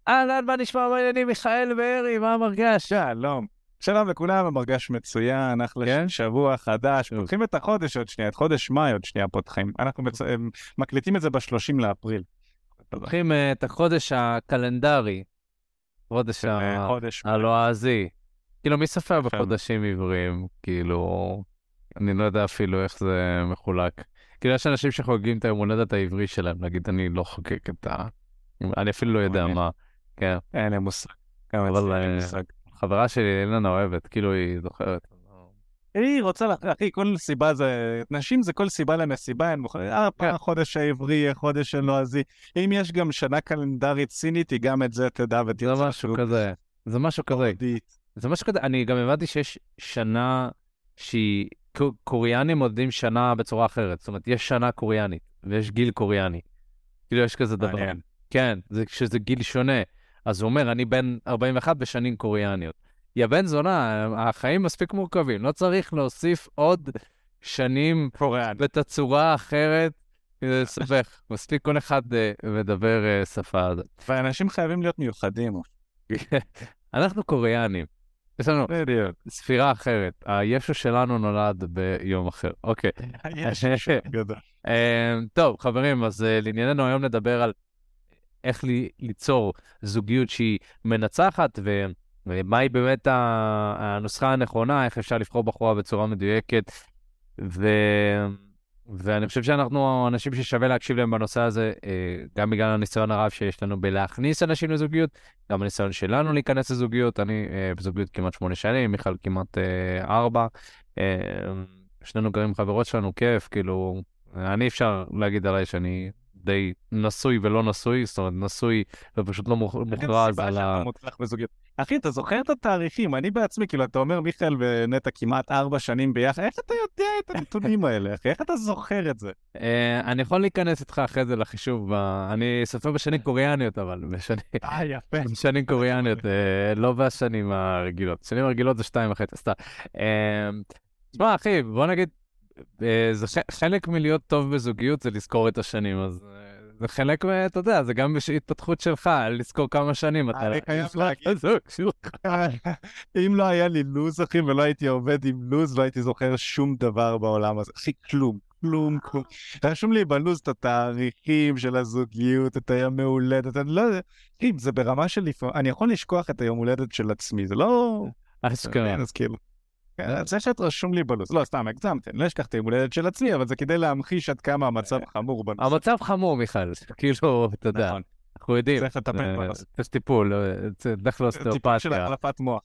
אהלן, מה נשמע בעניינים, מיכאל וארי, מה מרגש? שלום. שלום לכולם, המרגש מצוין, אחלה שבוע חדש. פותחים את החודש עוד שנייה, את חודש מאי עוד שנייה פותחים. אנחנו מקליטים את זה ב-30 לאפריל. פותחים את החודש הקלנדרי, חודש הלועזי. כאילו, מי ספר בחודשים עבריים? כאילו, אני לא יודע אפילו איך זה מחולק. כאילו, יש אנשים שחוגגים את היום הולדת העברי שלהם, נגיד, אני לא חוגג את אני אפילו לא יודע מה. כן. אין לי מושג. אבל חברה שלי אילנה אוהבת, כאילו היא זוכרת. היא רוצה, אחי, כל סיבה זה, נשים זה כל סיבה למסיבה, החודש העברי, החודש הלועזי. אם יש גם שנה קלנדרית סינית, היא גם את זה תדע ותרצה. זה משהו כזה. זה משהו כזה. זה משהו כזה. אני גם הבנתי שיש שנה שהיא, קוריאנים מודדים שנה בצורה אחרת. זאת אומרת, יש שנה קוריאנית, ויש גיל קוריאני. כאילו יש כזה דבר. כן, שזה גיל שונה. אז הוא אומר, אני בן 41 בשנים קוריאניות. יא בן זונה, החיים מספיק מורכבים. לא צריך להוסיף עוד שנים בתצורה אחרת. זה סבך. מספיק כל אחד מדבר שפה הזאת. ואנשים חייבים להיות מיוחדים. אנחנו קוריאנים. יש לנו ספירה אחרת. הישו שלנו נולד ביום אחר. אוקיי. הישו גדול. טוב, חברים, אז לענייננו היום נדבר על איך ליצור זוגיות שהיא מנצחת, ומהי באמת הנוסחה הנכונה, איך אפשר לבחור בחורה בצורה מדויקת, ואני חושב שאנחנו אנשים ששווה להקשיב להם בנושא הזה, גם בגלל הניסיון הרב שיש לנו בלהכניס אנשים לזוגיות, גם הניסיון שלנו להיכנס לזוגיות, אני בזוגיות כמעט 8 שנים, מיכל כמעט 4, שנינו גרים חברות שלנו, כיף, כאילו, אני אפשר להגיד עליי שאני די נשוי ולא נשוי, זאת אומרת, נשוי ופשוט לא מוכרז על אחי, אתה זוכר את התאריכים? אני בעצמי, כאילו, אתה אומר, מיכאל ונטע כמעט 4 שנים ביחד, איך אתה יודע את הנתונים האלה, אחי? איך אתה זוכר את זה? אני יכול להיכנס איתך אחרי זה לחישוב, אני סופר בשנים קוריאניות, אבל בשנים קוריאניות, לא בשנים הרגילות. בשנים הרגילות זה 2.5, סתם. תשמע, אחי, בוא נגיד, זה חלק מלהיות טוב בזוגיות, זה לזכור את השנים, אז זה חלק, אתה יודע, זה גם התפתחות שלך, לזכור כמה שנים. אני חייב להגיד, אם לא היה לי לוז, אחי, ולא הייתי עובד עם לוז, לא הייתי זוכר שום דבר בעולם הזה. אחי, כלום. רשום לי בלוז את התאריכים של הזוגיות, את היום הולדת, אני לא יודע, זה ברמה של לפעמים, אני יכול לשכוח את היום הולדת של עצמי, זה לא... אז כאילו. זה שאת רשום לי בלוז, לא, סתם, הגזמתי, אני לא אשכח את היום הולדת של עצמי, אבל זה כדי להמחיש עד כמה המצב חמור בנושא. המצב חמור, מיכל, כאילו, אתה יודע, אנחנו יודעים. צריך לטפל בנושא. יש טיפול, לך לאוסטאופתיה. טיפול של החלפת מוח.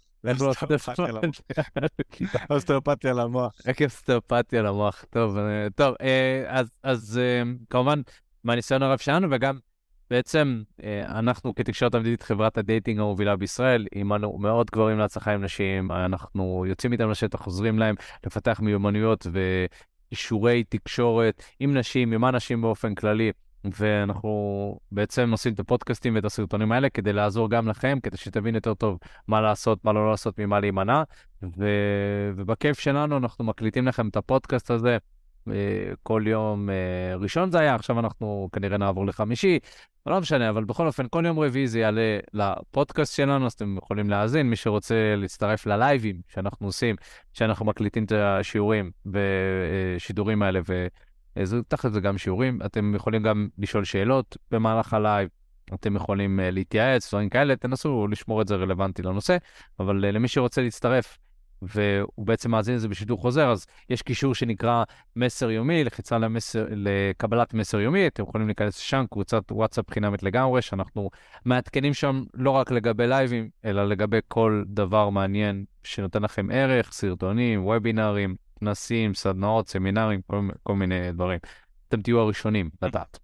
אוסטאופתיה למוח. רק אוסטאופתיה למוח, טוב, אז כמובן, מהניסיון הרב שלנו, וגם בעצם אנחנו כתקשורת המדינית חברת הדייטינג המובילה בישראל, אימנו מאוד גברים להצלחה עם נשים, אנחנו יוצאים איתם לשטח, חוזרים להם לפתח מיומנויות ואישורי תקשורת עם נשים, עם אנשים באופן כללי, ואנחנו בעצם עושים את הפודקאסטים ואת הסרטונים האלה כדי לעזור גם לכם, כדי שתבין יותר טוב מה לעשות, מה לא לעשות, ממה להימנע, ובכיף שלנו אנחנו מקליטים לכם את הפודקאסט הזה, כל יום ראשון זה היה, עכשיו אנחנו כנראה נעבור לחמישי, לא משנה, אבל בכל אופן, כל יום רביעי זה יעלה לפודקאסט שלנו, אז אתם יכולים להאזין, מי שרוצה להצטרף ללייבים שאנחנו עושים, שאנחנו מקליטים את השיעורים בשידורים האלה, תחת זה גם שיעורים, אתם יכולים גם לשאול שאלות במהלך הלייב, אתם יכולים להתייעץ, דברים כאלה, תנסו לשמור את זה רלוונטי לנושא, אבל למי שרוצה להצטרף, והוא בעצם מאזין את זה בשידור חוזר, אז יש קישור שנקרא מסר יומי, לחיצה לקבלת מסר יומי, אתם יכולים להיכנס שם, קבוצת וואטסאפ חינמית לגמרי, שאנחנו מעדכנים שם לא רק לגבי לייבים, אלא לגבי כל דבר מעניין שנותן לכם ערך, סרטונים, וובינרים, כנסים, סדנאות, סמינרים, כל מיני דברים. אתם תהיו הראשונים לדעת.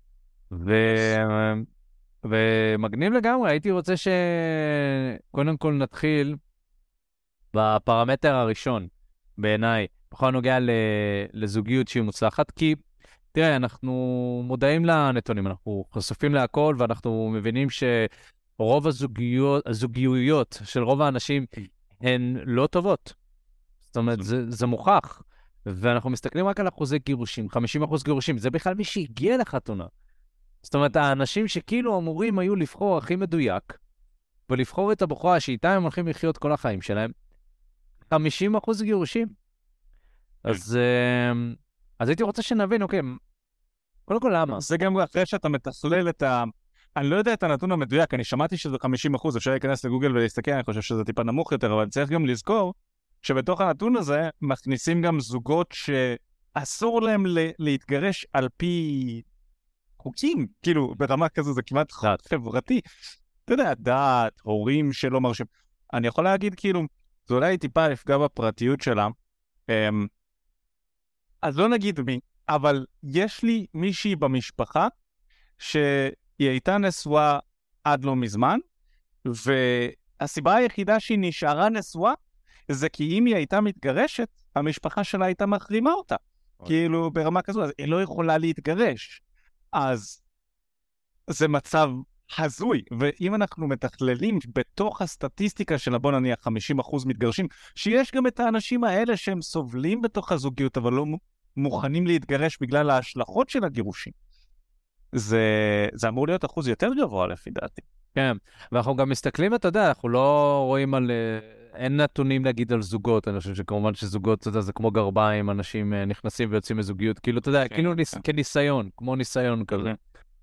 ומגניב לגמרי, הייתי רוצה שקודם כל נתחיל בפרמטר הראשון, בעיניי, בכל נוגע לזוגיות שהיא מוצלחת, כי תראה, אנחנו מודעים לנתונים, אנחנו חשופים להכל, ואנחנו מבינים שרוב הזוגיות של רוב האנשים הן לא טובות. זאת אומרת, זה מוכח. ואנחנו מסתכלים רק על אחוזי גירושים, 50% גירושים, זה בכלל מי שהגיע לחתונה. זאת אומרת, האנשים שכאילו אמורים היו לבחור הכי מדויק, ולבחור את הבחורה שאיתה הם הולכים לחיות כל החיים שלהם, 50% גירושים. אז הייתי רוצה שנבין, אוקיי, קודם כל למה? זה גם אחרי שאתה מתכלל את אני לא יודע את הנתון המדויק, אני שמעתי שזה 50%, אפשר להיכנס לגוגל ולהסתכל, אני חושב שזה טיפה נמוך יותר, אבל צריך גם לזכור שבתוך הנתון הזה מכניסים גם זוגות שאסור להם להתגרש על פי חוקים, כאילו ברמה כזו זה כמעט חברתי. אתה יודע, דת, הורים שלא מרשים. אני יכול להגיד כאילו, זה אולי טיפה יפגע בפרטיות שלה, אז לא נגיד מי, אבל יש לי מישהי במשפחה שהיא הייתה נשואה עד לא מזמן, והסיבה היחידה שהיא נשארה נשואה, זה כי אם היא הייתה מתגרשת, המשפחה שלה הייתה מחרימה אותה. כאילו ברמה כזו, אז היא לא יכולה להתגרש. אז זה מצב הזוי, ואם אנחנו מתכללים בתוך הסטטיסטיקה של בוא נניח 50% מתגרשים, שיש גם את האנשים האלה שהם סובלים בתוך הזוגיות, אבל לא מוכנים להתגרש בגלל ההשלכות של הגירושים. זה אמור להיות אחוז יותר גבוה לפי דעתי. כן, ואנחנו גם מסתכלים, אתה יודע, אנחנו לא רואים על... אין נתונים להגיד על זוגות, אני חושב שכמובן שזוגות, אתה יודע, זה כמו גרביים, אנשים נכנסים ויוצאים מזוגיות, כאילו, אתה יודע, כאילו כניסיון, כמו ניסיון כזה.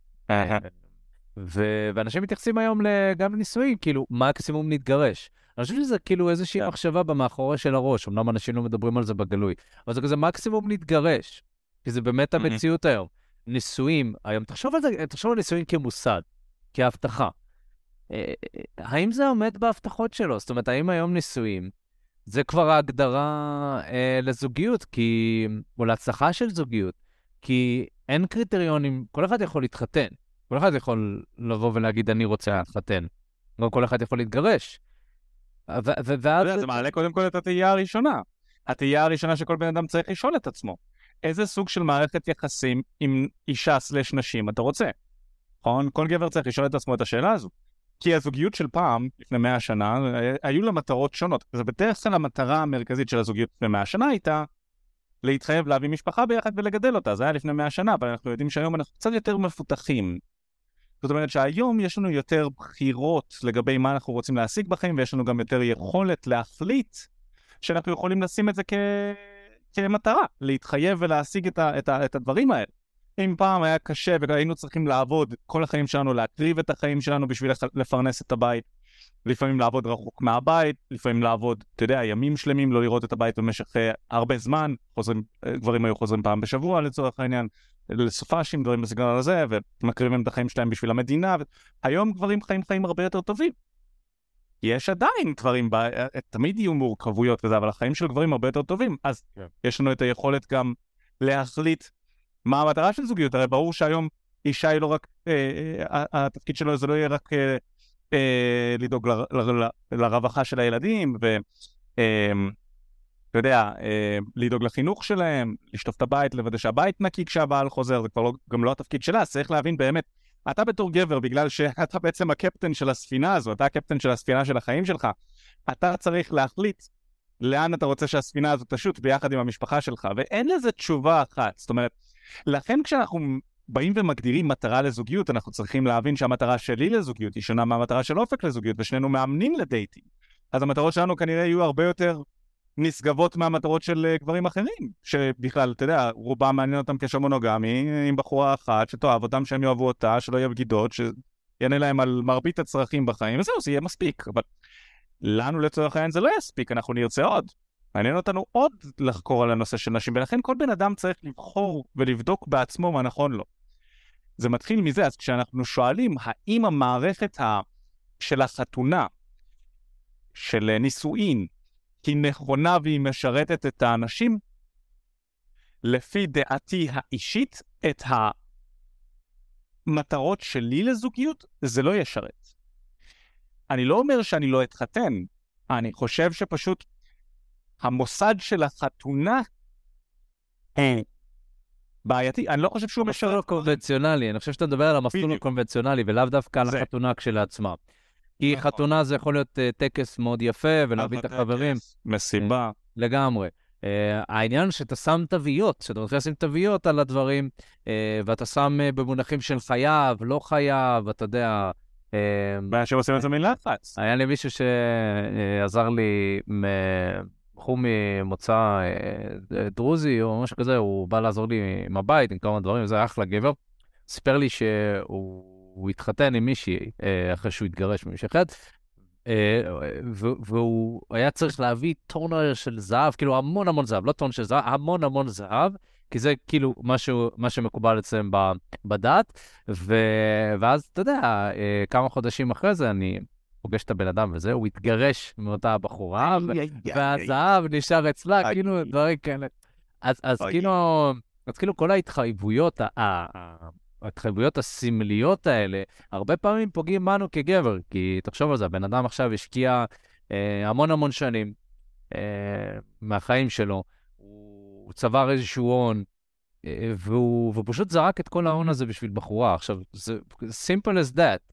ואנשים מתייחסים היום גם לנישואים, כאילו, מקסימום נתגרש. אני חושב שזה כאילו איזושהי מחשבה במאחורי של הראש, אמנם אנשים לא מדברים על זה בגלוי, אבל זה כזה מקסימום נתגרש, כי זה באמת המציאות היום. נישואים, היום, תחשוב על נישואים כמוסד, כהבטחה. האם זה עומד בהבטחות שלו? זאת אומרת, האם היום נישואים, זה כבר ההגדרה לזוגיות, או להצלחה של זוגיות, כי אין קריטריונים, כל אחד יכול להתחתן, כל אחד יכול לבוא ולהגיד, אני רוצה להתחתן, גם כל אחד יכול להתגרש. זה מעלה קודם כל את התהייה הראשונה. התהייה הראשונה שכל בן אדם צריך לשאול את עצמו. איזה סוג של מערכת יחסים עם אישה/נשים אתה רוצה? נכון? כל גבר צריך לשאול את עצמו את השאלה הזו. כי הזוגיות של פעם, לפני 100 שנה, היו לה מטרות שונות. זה בדרך כלל המטרה המרכזית של הזוגיות לפני 100 שנה הייתה להתחייב להביא משפחה ביחד ולגדל אותה. זה היה לפני 100 שנה, אבל אנחנו יודעים שהיום אנחנו קצת יותר מפותחים. זאת אומרת שהיום יש לנו יותר בחירות לגבי מה אנחנו רוצים להשיג בחיים, ויש לנו גם יותר יכולת להחליט שאנחנו יכולים לשים את זה כמטרה, להתחייב ולהשיג את הדברים האלה. אם פעם היה קשה והיינו צריכים לעבוד כל החיים שלנו, להקריב את החיים שלנו בשביל לפרנס את הבית, לפעמים לעבוד רחוק מהבית, לפעמים לעבוד, אתה יודע, ימים שלמים, לא לראות את הבית במשך הרבה זמן, גברים היו חוזרים פעם בשבוע לצורך העניין, לסופשים, דברים בסגנון הזה, ומקריבים את החיים שלהם בשביל המדינה, היום גברים חיים הרבה יותר טובים. יש עדיין דברים, תמיד יהיו מורכבויות וזה, אבל החיים של גברים הרבה יותר טובים, אז יש לנו את היכולת גם להחליט מה המטרה של זוגיות. הרי ברור שהיום אישה היא לא רק, התפקיד שלו זה לא יהיה רק לדאוג לרווחה של הילדים, אתה יודע, לדאוג לחינוך שלהם, לשטוף את הבית, לוודא שהבית נקי כשהבעל חוזר, זה כבר גם לא התפקיד שלה, אז צריך להבין באמת, אתה בתור גבר, בגלל שאתה בעצם הקפטן של הספינה הזו, אתה הקפטן של הספינה של החיים שלך, אתה צריך להחליט לאן אתה רוצה שהספינה הזו תשוט ביחד עם המשפחה שלך, ואין לזה תשובה אחת. זאת אומרת, לכן כשאנחנו באים ומגדירים מטרה לזוגיות, אנחנו צריכים להבין שהמטרה שלי לזוגיות היא שונה מהמטרה של אופק לזוגיות, ושנינו מאמנים לדייטים. אז המטרות שלנו כנראה יהיו הרבה יותר נשגבות מהמטרות של גברים אחרים, שבכלל, אתה יודע, רובם מעניין אותם קשר מונוגמי, עם בחורה אחת, שתאהב אותם, שהם יאהבו אותה, שלא יהיה בגידות, שיענה להם על מרבית הצרכים בחיים, וזהו, זה יהיה מספיק. אבל לנו לצורך העניין זה לא יספיק, אנחנו נרצה עוד. מעניין אותנו עוד לחקור על הנושא של נשים, ולכן כל בן אדם צריך לבחור ולבדוק בעצמו מה נכון לו. זה מתחיל מזה, אז כשאנחנו שואלים, האם המערכת של החתונה, של נישואין, היא נכונה והיא משרתת את האנשים, לפי דעתי האישית, את המטרות שלי לזוגיות, זה לא ישרת. אני לא אומר שאני לא אתחתן, אני חושב שפשוט המוסד של החתונה בעייתי, אני לא חושב שהוא משרת. המסלול הקונבנציונלי, אני חושב שאתה מדבר על המסלול הקונבנציונלי, ולאו דווקא על החתונה כשלעצמה. כי חתונה זה יכול להיות טקס מאוד יפה, ולהביא את החברים. מסיבה. לגמרי. העניין שאתה שם תוויות, שאתה מתחיל לשים תוויות על הדברים, ואתה שם במונחים של חייב, לא חייב, אתה יודע... ואנשים עושים את זה מלחץ. היה לי מישהו שעזר לי, בחור ממוצא דרוזי או משהו כזה, הוא בא לעזור לי עם הבית, עם כמה דברים, וזה היה אחלה גבר. סיפר לי שהוא התחתן עם מישהי אחרי שהוא התגרש ממישהי אחת, והוא היה צריך להביא טון של זהב, כאילו המון המון זהב, לא טון של זהב, המון המון זהב, כי זה כאילו מה שמקובל אצלם בדת, ואז אתה יודע, כמה חודשים אחרי זה אני פוגש את הבן אדם וזה, הוא התגרש מאותה בחורה, והזהב נשאר אצלה, כאילו דברים כאלה. אז כאילו כל ההתחייבויות, ההתחייבויות הסמליות האלה, הרבה פעמים פוגעים בנו כגבר, כי תחשוב על זה, הבן אדם עכשיו השקיע המון המון שנים מהחיים שלו, הוא צבר איזשהו הון, והוא פשוט זרק את כל ההון הזה בשביל בחורה. עכשיו, זה simple as that.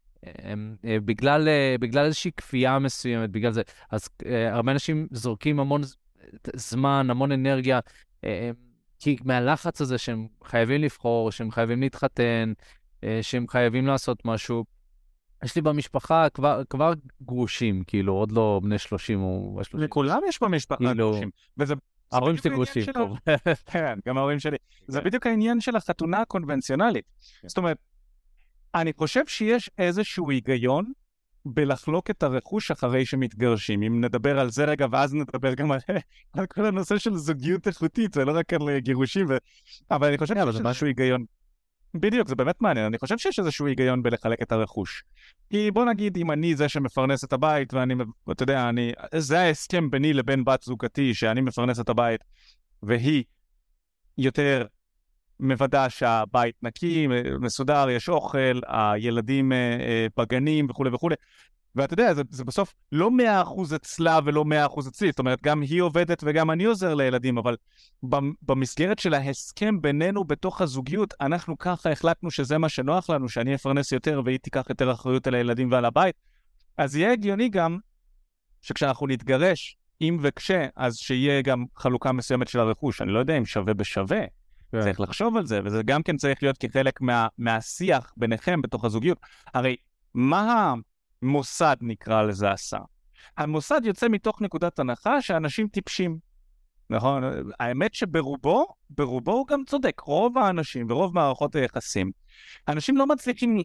בגלל איזושהי כפייה מסוימת, בגלל זה. אז הרבה אנשים זורקים המון זמן, המון אנרגיה, כי מהלחץ הזה שהם חייבים לבחור, שהם חייבים להתחתן, שהם חייבים לעשות משהו. יש לי במשפחה כבר גרושים, כאילו, עוד לא בני 30 או 30. לכולם יש במשפחה גרושים. ההורים שלי גרושים, טוב. כן, גם ההורים שלי. זה בדיוק העניין של החתונה הקונבנציונלית. זאת אומרת, אני חושב שיש איזשהו היגיון בלחלוק את הרכוש אחרי שמתגרשים. אם נדבר על זה רגע, ואז נדבר גם על כל הנושא של זוגיות איכותית, זה לא רק על גירושים, אבל אני חושב שיש איזשהו היגיון. בדיוק, זה באמת מעניין. אני חושב שיש איזשהו היגיון בלחלק את הרכוש. כי בוא נגיד, אם אני זה שמפרנס את הבית, ואתה יודע, זה ההסכם ביני לבין בת זוגתי, שאני מפרנס את הבית, והיא יותר מוודא שהבית נקי, מסודר, יש אוכל, הילדים בגנים וכו' וכו'. ואתה יודע, זה בסוף לא 100% אצלה ולא 100% אצלי, זאת אומרת, גם היא עובדת וגם אני עוזר לילדים, אבל במסגרת של ההסכם בינינו בתוך הזוגיות, אנחנו ככה החלטנו שזה מה שנוח לנו, שאני אפרנס יותר והיא תיקח יותר אחריות על הילדים ועל הבית. אז יהיה הגיוני גם שכשאנחנו נתגרש, אם וכשה, אז שיהיה גם חלוקה מסוימת של הרכוש. אני לא יודע אם שווה בשווה, צריך לחשוב על זה, וזה גם כן צריך להיות כחלק מהשיח ביניכם בתוך הזוגיות. הרי מה המוסד נקרא לזה עשה? המוסד יוצא מתוך נקודת הנחה שאנשים טיפשים. נכון? האמת שברובו הוא גם צודק. רוב האנשים ורוב מערכות היחסים, אנשים לא מצליחים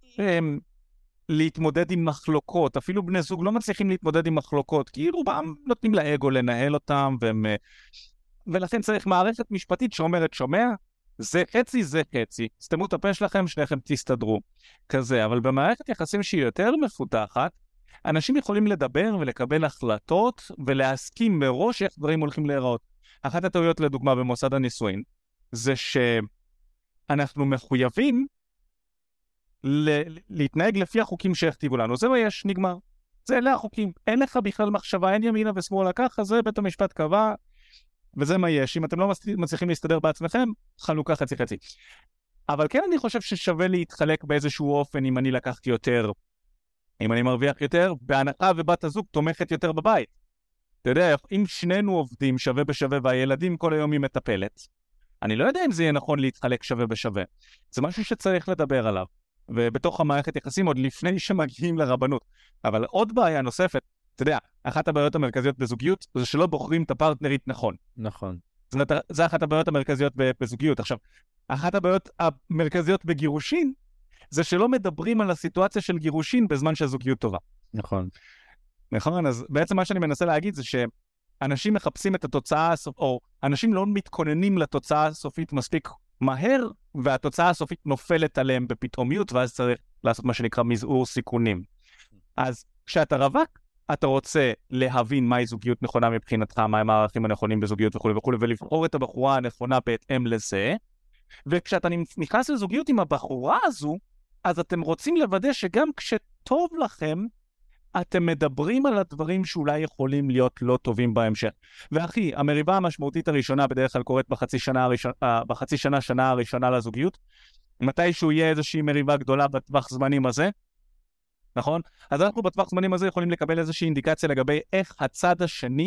להתמודד עם מחלוקות, אפילו בני זוג לא מצליחים להתמודד עם מחלוקות, כי רובם נותנים לאגו לנהל אותם, ולכן צריך מערכת משפטית שאומרת, שומע, זה חצי, סתמו את הפה שלכם, שניכם תסתדרו, כזה. אבל במערכת יחסים שהיא יותר מפותחת, אנשים יכולים לדבר ולקבל החלטות, ולהסכים מראש איך דברים הולכים להיראות. אחת הטעויות לדוגמה במוסד הנישואין, זה שאנחנו מחויבים להתנהג לפי החוקים שהכתיבו לנו. זה מה יש, נגמר. זה אלה החוקים. אין לך בכלל מחשבה, אין ימינה ושמאלה ככה, זה בית המשפט קבע, וזה מה יש. אם אתם לא מצליחים להסתדר בעצמכם, חלוקה חצי. אבל כן אני חושב ששווה להתחלק באיזשהו אופן אם אני לקחתי יותר, אם אני מרוויח יותר, בהנחה ובת הזוג תומכת יותר בבית. אתה יודע, אם שנינו עובדים שווה בשווה והילדים כל היום היא מטפלת, אני לא יודע אם זה יהיה נכון להתחלק שווה בשווה. זה משהו שצריך לדבר עליו. ובתוך המערכת יחסים עוד לפני שמגיעים לרבנות. אבל עוד בעיה נוספת, אתה יודע, אחת הבעיות המרכזיות בזוגיות זה שלא בוחרים את הפרטנרית נכון. נכון. זה אחת הבעיות המרכזיות בזוגיות. עכשיו, אחת הבעיות המרכזיות בגירושין זה שלא מדברים על הסיטואציה של גירושין בזמן שהזוגיות טובה. נכון. נכון? אז בעצם מה שאני מנסה להגיד זה שאנשים מחפשים את התוצאה, או אנשים לא מתכוננים לתוצאה הסופית מספיק מהר, והתוצאה הסופית נופלת עליהם בפתאומיות, ואז צריך לעשות מה שנקרא מזעור סיכונים. אז כשאתה רווק, אתה רוצה להבין מהי זוגיות נכונה מבחינתך, מהם הערכים הנכונים בזוגיות וכו' וכו', ולבחור את הבחורה הנכונה בהתאם לזה, וכשאתה נכנס לזוגיות עם הבחורה הזו, אז אתם רוצים לוודא שגם כשטוב לכם, אתם מדברים על הדברים שאולי יכולים להיות לא טובים בהמשך. ואחי, המריבה המשמעותית הראשונה בדרך כלל קורית בחצי שנה הראשונה לזוגיות, מתישהו יהיה איזושהי מריבה גדולה בטווח זמנים הזה, נכון? אז אנחנו בטווח זמנים הזה יכולים לקבל איזושהי אינדיקציה לגבי איך הצד השני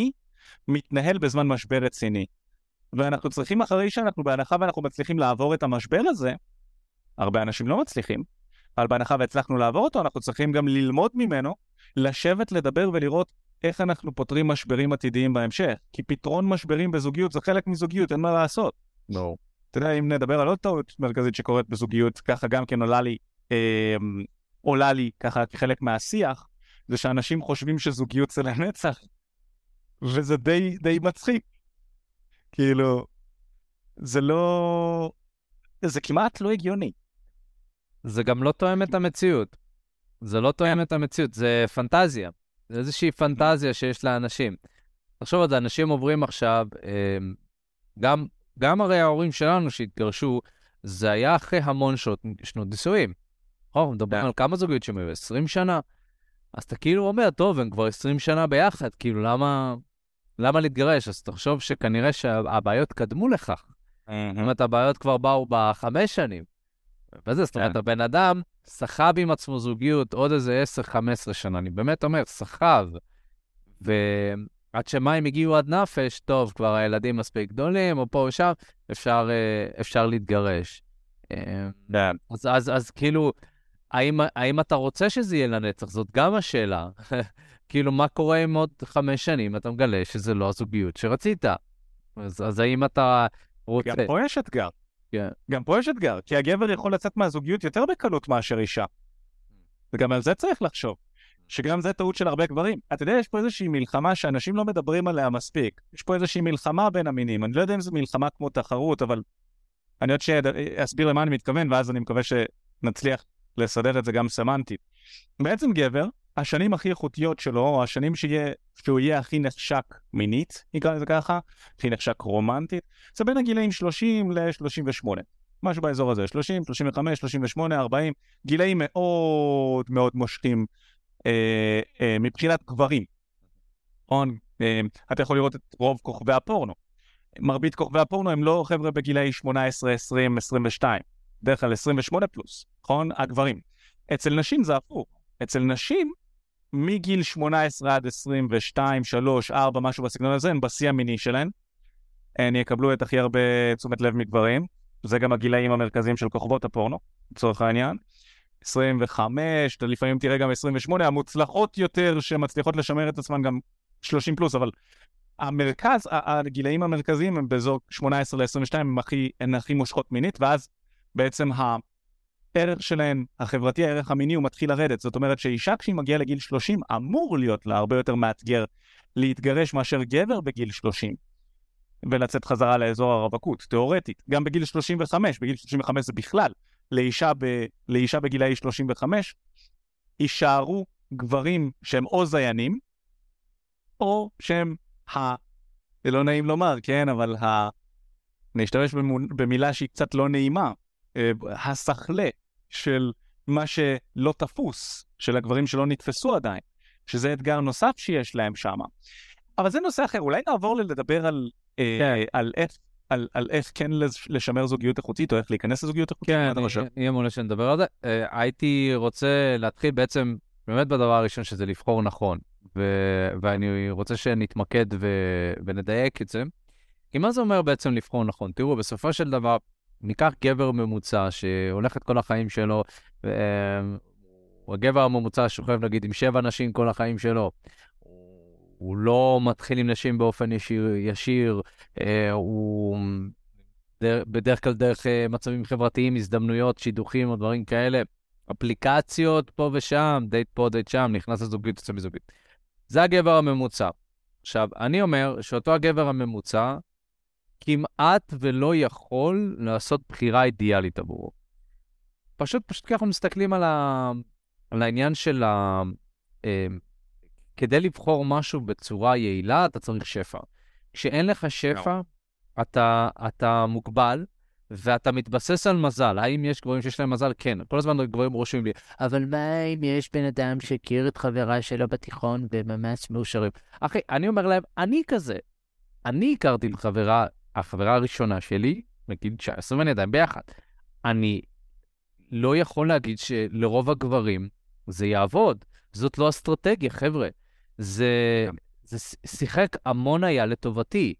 מתנהל בזמן משבר רציני. ואנחנו צריכים, אחרי שאנחנו בהנחה ואנחנו מצליחים לעבור את המשבר הזה, הרבה אנשים לא מצליחים, אבל בהנחה והצלחנו לעבור אותו, אנחנו צריכים גם ללמוד ממנו, לשבת, לדבר ולראות איך אנחנו פותרים משברים עתידיים בהמשך. כי פתרון משברים בזוגיות זה חלק מזוגיות, אין מה לעשות. לא. אתה יודע, אם נדבר על עוד טעות מרכזית שקורית בזוגיות, ככה גם כן עולה לי ככה כחלק מהשיח, זה שאנשים חושבים שזוגיות זה לנצח, וזה די מצחיק. כאילו, זה כמעט לא הגיוני. זה גם לא תואם את המציאות. זה לא תואם את המציאות, זה פנטזיה. זה איזושהי פנטזיה שיש לאנשים. תחשוב על זה, אנשים עוברים עכשיו, גם הרי ההורים שלנו שהתגרשו, זה היה אחרי המון שנות נישואים. מדברים על כמה זוגיות שהם היו 20 שנה, אז אתה כאילו אומר, טוב, הם כבר 20 שנה ביחד, כאילו למה להתגרש? אז תחשוב שכנראה שהבעיות קדמו לכך. זאת אומרת, הבעיות כבר באו ב5 שנים. וזה, זאת אומרת, הבן אדם סחב עם עצמו זוגיות עוד איזה 10-15 שנה, אני באמת אומר, סחב. ועד שמים הגיעו עד נפש, טוב, כבר הילדים מספיק גדולים, או פה ושם, אפשר להתגרש. אז כאילו, האם אתה רוצה שזה יהיה לנצח? זאת גם השאלה. כאילו, מה קורה עם עוד 5 שנים? אתה מגלה שזה לא הזוגיות שרצית. אז האם אתה רוצה... גם פה יש אתגר. גם פה יש אתגר, כי הגבר יכול לצאת מהזוגיות יותר בקלות מאשר אישה. וגם על זה צריך לחשוב. שגם זה טעות של הרבה גברים. אתה יודע, יש פה איזושהי מלחמה שאנשים לא מדברים עליה מספיק. יש פה איזושהי מלחמה בין המינים. אני לא יודע אם זו מלחמה כמו תחרות, אבל אני עוד שאסביר למה אני מתכוון, ואז אני מקווה שנצליח לסדר את זה גם סמנטית. בעצם גבר, השנים הכי איכותיות שלו, או השנים שהוא יהיה הכי נחשק מינית, נקרא לזה ככה, הכי נחשק רומנטית, זה בין הגילאים 30 ל-38. משהו באזור הזה, 30, 35, 38, 40, גילאים מאוד מאוד מושכים מבחינת גברים. אתה יכול לראות את רוב כוכבי הפורנו. מרבית כוכבי הפורנו הם לא חבר'ה בגילאי 18, 20, 22. דרך כלל 28 פלוס, נכון? הגברים. אצל נשים זה הפוך. אצל נשים, מגיל 18 עד 22, 3, 4, משהו בסגנון הזה, הם בשיא המיני שלהם. הם יקבלו את הכי הרבה תשומת לב מגברים. זה גם הגילאים המרכזיים של כוכבות הפורנו, לצורך העניין. 25, לפעמים תראה גם 28, המוצלחות יותר שמצליחות לשמר את עצמן גם 30 פלוס, אבל הגילאים המרכזיים הם באזור 18 ל-22, הן הכי מושכות מינית, ואז בעצם הערך שלהן, החברתי, הערך המיני, הוא מתחיל לרדת. זאת אומרת שאישה כשהיא מגיעה לגיל 30, אמור להיות לה הרבה יותר מאתגר להתגרש מאשר גבר בגיל 30, ולצאת חזרה לאזור הרווקות, תיאורטית. גם בגיל 35, בגיל 35 זה בכלל, לאישה בגילאי 35, יישארו גברים שהם או זיינים, או שהם זה לא נעים לומר, כן, אבל נשתמש במילה שהיא קצת לא נעימה, הסחלה של מה שלא תפוס, של הגברים שלא נתפסו עדיין, שזה אתגר נוסף שיש להם שם. אבל זה נושא אחר, אולי נעבור לדבר על איך כן לשמר זוגיות איכותית, או איך להיכנס לזוגיות איכותית. כן, יהיה מעולה שנדבר על זה. הייתי רוצה להתחיל בעצם באמת בדבר הראשון, שזה לבחור נכון, ואני רוצה שנתמקד ונדייק את זה. כי מה זה אומר בעצם לבחור נכון? תראו, בסופו של דבר, ניקח גבר ממוצע שהולך את כל החיים שלו, הגבר הממוצע שוכב נגיד עם 7 נשים כל החיים שלו, הוא לא מתחיל עם נשים באופן ישיר, הוא בדרך כלל דרך מצבים חברתיים, הזדמנויות, שידוכים או דברים כאלה, אפליקציות פה ושם, דייט פה, דייט שם, נכנס לזוגית, יוצא מזוגית. זה הגבר הממוצע. עכשיו, אני אומר שאותו הגבר הממוצע כמעט ולא יכול לעשות בחירה אידיאלית עבורו. פשוט ככה אנחנו מסתכלים על העניין של כדי לבחור משהו בצורה יעילה, אתה צריך שפע. כשאין לך שפע, אתה מוגבל, ואתה מתבסס על מזל. האם יש גברים שיש להם מזל? כן. כל הזמן גברים רושמים לי, אבל מה אם יש בן אדם שהכיר את חברה שלו בתיכון וממש מאושרים? אחי, אני אומר להם, אני כזה. אני הכרתי את החברה הראשונה שלי, בגיל 19, ואני עדיין ביחד. אני לא יכול להגיד שלרוב הגברים זה יעבוד. זאת לא אסטרטגיה, חבר'ה. זה זה שיחק המון היה לטובתי.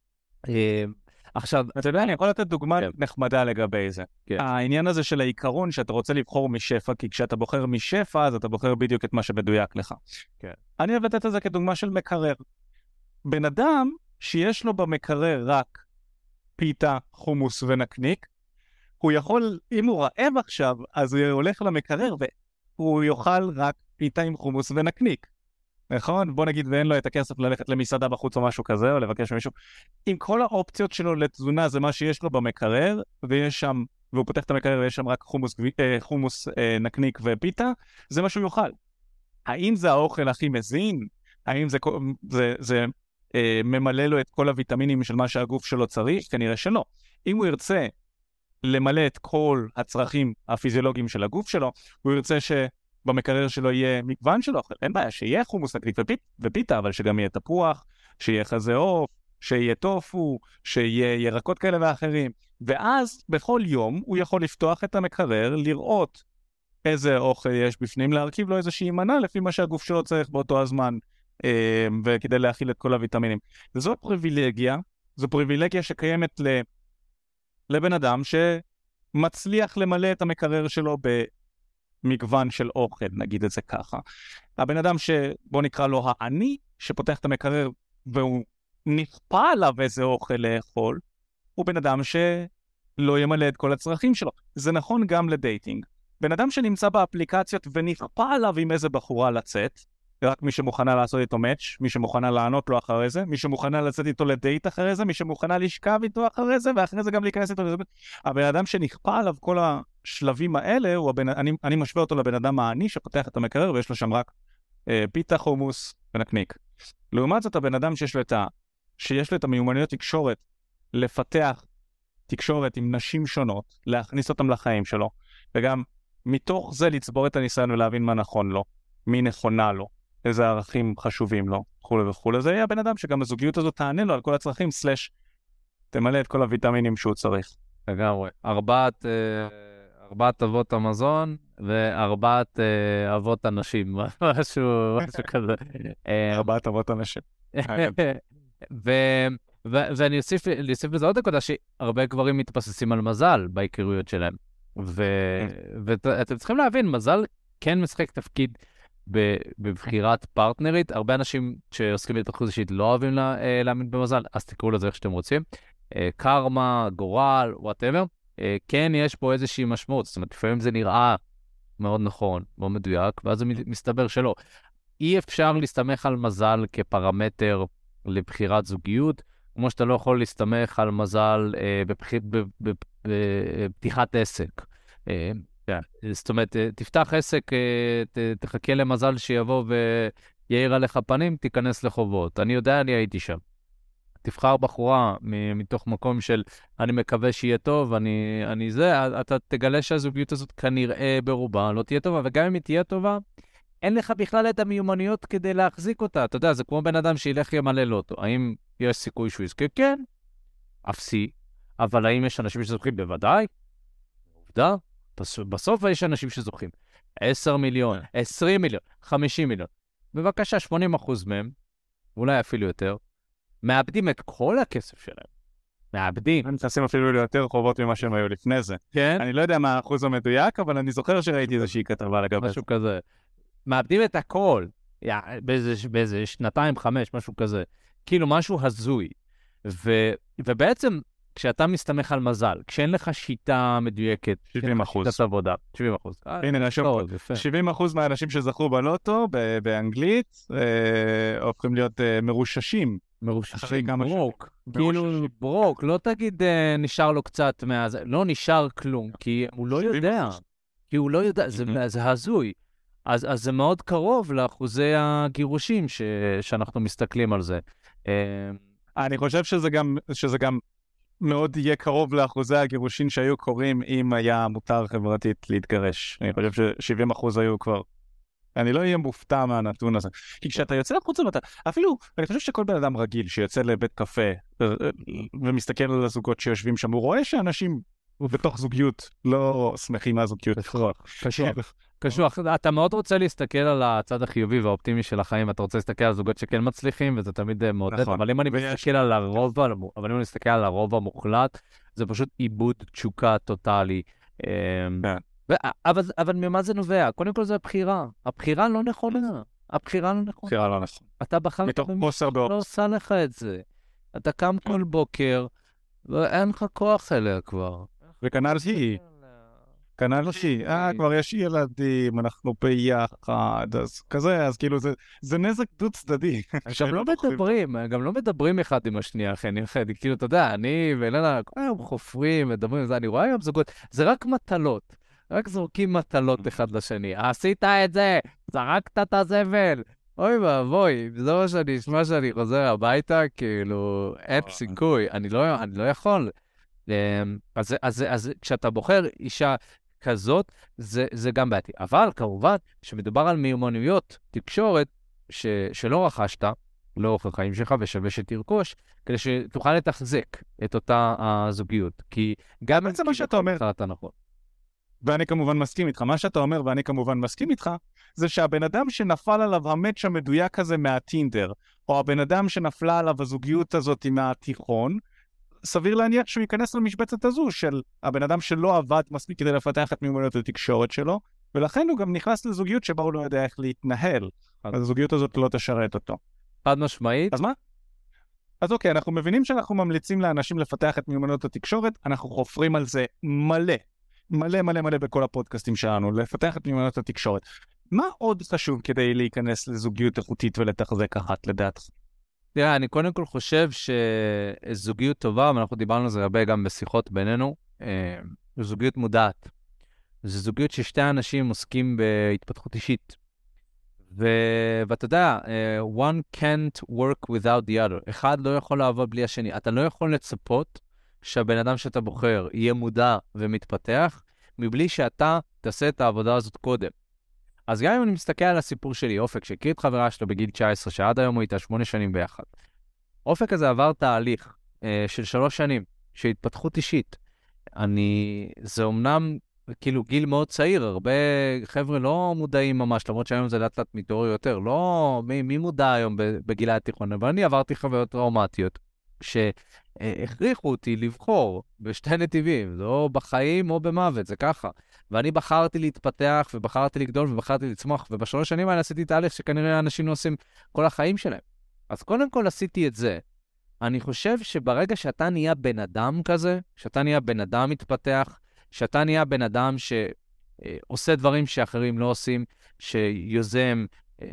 עכשיו, אתה יודע, אני יכול לתת דוגמה נחמדה לגבי זה. העניין הזה של העיקרון שאתה רוצה לבחור משפע, כי כשאתה בוחר משפע, אז אתה בוחר בדיוק את מה שמדויק לך. אני אוהב לתת את זה כדוגמה של מקרר. בן אדם שיש לו במקרר רק פיתה, חומוס ונקניק, הוא יכול, אם הוא רעב עכשיו, אז הוא הולך למקרר והוא יאכל רק פיתה עם חומוס ונקניק. נכון? בוא נגיד ואין לו את הכסף ללכת למסעדה בחוץ או משהו כזה, או לבקש ממישהו. עם כל האופציות שלו לתזונה זה מה שיש לו במקרר, ויש שם, והוא פותח את המקרר ויש שם רק חומוס נקניק ופיתה, זה מה שהוא יאכל. האם זה האוכל הכי מזין? האם זה ממלא לו את כל הוויטמינים של מה שהגוף שלו צריך? כנראה שלא. אם הוא ירצה למלא את כל הצרכים הפיזיולוגיים של הגוף שלו, הוא ירצה שבמקרר שלו יהיה מגוון של אוכל. אין בעיה, שיהיה חומוס נקניק ופיתה, אבל שגם יהיה תפוח, שיהיה חזה עוף, שיהיה טופו, שיהיה ירקות כאלה ואחרים. ואז בכל יום הוא יכול לפתוח את המקרר, לראות איזה אוכל יש בפנים, להרכיב לו איזושהי מנה לפי מה שהגוף שלו צריך באותו הזמן, וכדי להכיל את כל הוויטמינים. וזו פריבילגיה שקיימת לבן אדם שמצליח למלא את המקרר שלו במגוון של אוכל, נגיד את זה ככה. הבן אדם שבוא נקרא לו העני, שפותח את המקרר והוא נכפה עליו איזה אוכל לאכול, הוא בן אדם שלא ימלא את כל הצרכים שלו. זה נכון גם לדייטינג. בן אדם שנמצא באפליקציות ונכפה עליו עם איזה בחורה לצאת, רק מי שמוכנה לעשות איתו מאץ', מי שמוכנה לענות לו אחרי זה, מי שמוכנה לצאת איתו לדייט אחרי זה, מי שמוכנה לשכב איתו אחרי זה, ואחרי זה גם להיכנס איתו לזה. הבן אדם שנכפה עליו כל השלבים האלה, אני משווה אותו לבן אדם העני שפותח את המקרר ויש לו שם רק פיתה, חומוס ונקניק. לעומת זאת, הבן אדם שיש לו את המיומנויות תקשורת, לפתח תקשורת עם נשים שונות, להכניס אותם לחיים שלו, וגם מתוך זה לצבור את הניסיון ולהבין מה נכון לו, מי נכונה לו, איזה ערכים חשובים לו, וכו' וכו'. זה יהיה הבן אדם שגם הזוגיות הזאת תענה לו על כל הצרכים, תמלא את כל הוויטמינים שהוא צריך. לגמרי. ארבעת אבות המזון וארבעת אבות הנשים, משהו כזה. ארבעת אבות הנשים. ואני אוסיף לזה עוד נקודה שהרבה גברים מתבססים על מזל בהיכרויות שלהם. ואתם צריכים להבין, מזל כן משחק תפקיד בבחירת פרטנרית. הרבה אנשים שעוסקים בהתפתחות אישית לא אוהבים להאמין במזל, אז תקראו לזה איך שאתם רוצים. קרמה, גורל, whatever. כן, יש פה איזושהי משמעות. זאת אומרת, לפעמים זה נראה מאוד נכון, מאוד מדויק, ואז זה מסתבר שלא. אי אפשר להסתמך על מזל כפרמטר לבחירת זוגיות, כמו שאתה לא יכול להסתמך על מזל בפתיחת עסק. זאת אומרת, תפתח עסק, תחכה למזל שיבוא ויעיר עליך פנים, תיכנס לחובות. אני יודע, אני הייתי שם. תבחר בחורה מתוך מקום של אני מקווה שיהיה טוב, אתה תגלה שהזוגיות הזאת כנראה ברובה לא תהיה טובה, וגם אם היא תהיה טובה, אין לך בכלל את המיומנויות כדי להחזיק אותה. אתה יודע, זה כמו בן אדם שילך ימלא לוטו. האם יש סיכוי שהוא יזכה? כן, אפסי. אבל האם יש אנשים שזוכים? בוודאי. עובדה. בסוף יש אנשים שזוכים. 10 מיליון, 20 מיליון, 50 מיליון. בבקשה, 80% מהם, אולי אפילו יותר, מאבדים את כל הכסף שלהם. מאבדים. הם נכנסים אפילו ליותר חובות ממה שהם היו לפני זה. כן. אני לא יודע מה האחוז המדויק, אבל אני זוכר שראיתי איזושהי כתבה לגבי משהו כזה. מאבדים את הכל. באיזה 2, 5, משהו כזה. כאילו משהו הזוי. ובעצם, כשאתה מסתמך על מזל, כשאין לך שיטה מדויקת, 70%. שיטת עבודה, 70%. הנה, נרשום פה. 70% מהאנשים שזכו בלוטו, באנגלית, הופכים להיות מרוששים. מרוששים, ברוק. כאילו ברוק, לא תגיד נשאר לו קצת לא נשאר כלום, כי הוא לא יודע. כי הוא לא יודע, זה הזוי. אז זה מאוד קרוב לאחוזי הגירושים שאנחנו מסתכלים על זה. אני חושב שזה גם מאוד יהיה קרוב לאחוזי הגירושין שהיו קורים אם היה מותר חברתית להתגרש. אני חושב ש70% היו כבר. אני לא אהיה מופתע מהנתון הזה. כי כשאתה יוצא לחוצה, אפילו, אני חושב שכל בן אדם רגיל שיוצא לבית קפה ומסתכל על הזוגות שיושבים שם, הוא רואה שאנשים ובתוך זוגיות, לא שמחים מהזוגיות. קשוח. אתה מאוד רוצה להסתכל על הצד החיובי והאופטימי של החיים, אתה רוצה להסתכל על זוגות שכן מצליחים, וזה תמיד מעודד, אבל אם אני מסתכל על הרוב המוחלט, זה פשוט איבוד תשוקה טוטלי. אבל ממה זה נובע? קודם כל זה הבחירה. הבחירה לא נכונה. אתה בחרת לא עושה לך את זה. אתה קם כל בוקר, ואין לך כוח אליה כבר. וכנ"ל שהיא, כבר יש ילדים, אנחנו ביחד, אז כזה, אז כאילו זה נזק דו צדדי. גם לא מדברים אחד עם השנייה, כאילו, אתה יודע, אני ואלנה, כל היום חופרים, מדברים, אני רואה היום זוגות, זה רק מטלות, רק זורקים מטלות אחד לשני. עשית את זה, זרקת את הזבל. אוי ואבוי, זה מה שאני אשמע שאני חוזר הביתה, כאילו, אין סיכוי, אני לא יכול. אז כשאתה בוחר אישה כזאת, זה גם בעייתי. אבל כמובן, שמדובר על מיומנויות תקשורת שלא רכשת לאורך החיים שלך ושווה שתרכוש, כדי שתוכל לתחזק את אותה הזוגיות. כי גם בעצם מה שאתה אומר, ואני כמובן מסכים איתך, מה שאתה אומר ואני כמובן מסכים איתך, זה שהבן אדם שנפל עליו המאץ' המדויק הזה מהטינדר, או הבן אדם שנפלה עליו הזוגיות הזאת מהתיכון, סביר להניח שהוא ייכנס למשבצת הזו של הבן אדם שלא עבד מספיק כדי לפתח את מיומנויות התקשורת שלו, ולכן הוא גם נכנס לזוגיות שבה הוא לא יודע איך להתנהל. אז הזוגיות הזאת לא תשרת אותו. חד משמעית. אז מה? אז אוקיי, אנחנו מבינים שאנחנו ממליצים לאנשים לפתח את מיומנויות התקשורת, אנחנו חופרים על זה מלא בכל הפודקאסטים שלנו, לפתח את מיומנויות התקשורת. מה עוד חשוב כדי להיכנס לזוגיות איכותית ולתחזק אחת לדעתך? תראה, אני קודם כל חושב שזוגיות טובה, ואנחנו דיברנו על זה הרבה גם בשיחות בינינו, זו זוגיות מודעת. זו זוגיות ששתי אנשים עוסקים בהתפתחות אישית. ואתה יודע, one can't work without the other. אחד לא יכול לעבוד בלי השני. אתה לא יכול לצפות שהבן אדם שאתה בוחר יהיה מודע ומתפתח, מבלי שאתה תעשה את העבודה הזאת קודם. אז גם אם אני מסתכל על הסיפור שלי, אופק, שהכיר את חברה שלו בגיל 19, שעד היום הוא איתה 8 שנים ביחד. אופק הזה עבר תהליך של 3 שנים, של התפתחות אישית. זה אומנם כאילו גיל מאוד צעיר, הרבה חבר'ה לא מודעים ממש, למרות שהיום זה לאט לאט מתעורר יותר. לא, מי מודע היום בגילי התיכון? אבל אני עברתי חוויות טראומטיות, שהכריחו אותי לבחור בשתי נתיבים, זה או בחיים או במוות, זה ככה. ואני בחרתי להתפתח, ובחרתי לגדול, ובחרתי לצמוח, ובשלוש שנים האלה עשיתי תהליך שכנראה אנשים לא עושים כל החיים שלהם. אז קודם כל עשיתי את זה. אני חושב שברגע שאתה נהיה בן אדם כזה, שאתה נהיה בן אדם מתפתח, שאתה נהיה בן אדם שעושה דברים שאחרים לא עושים, שיוזם,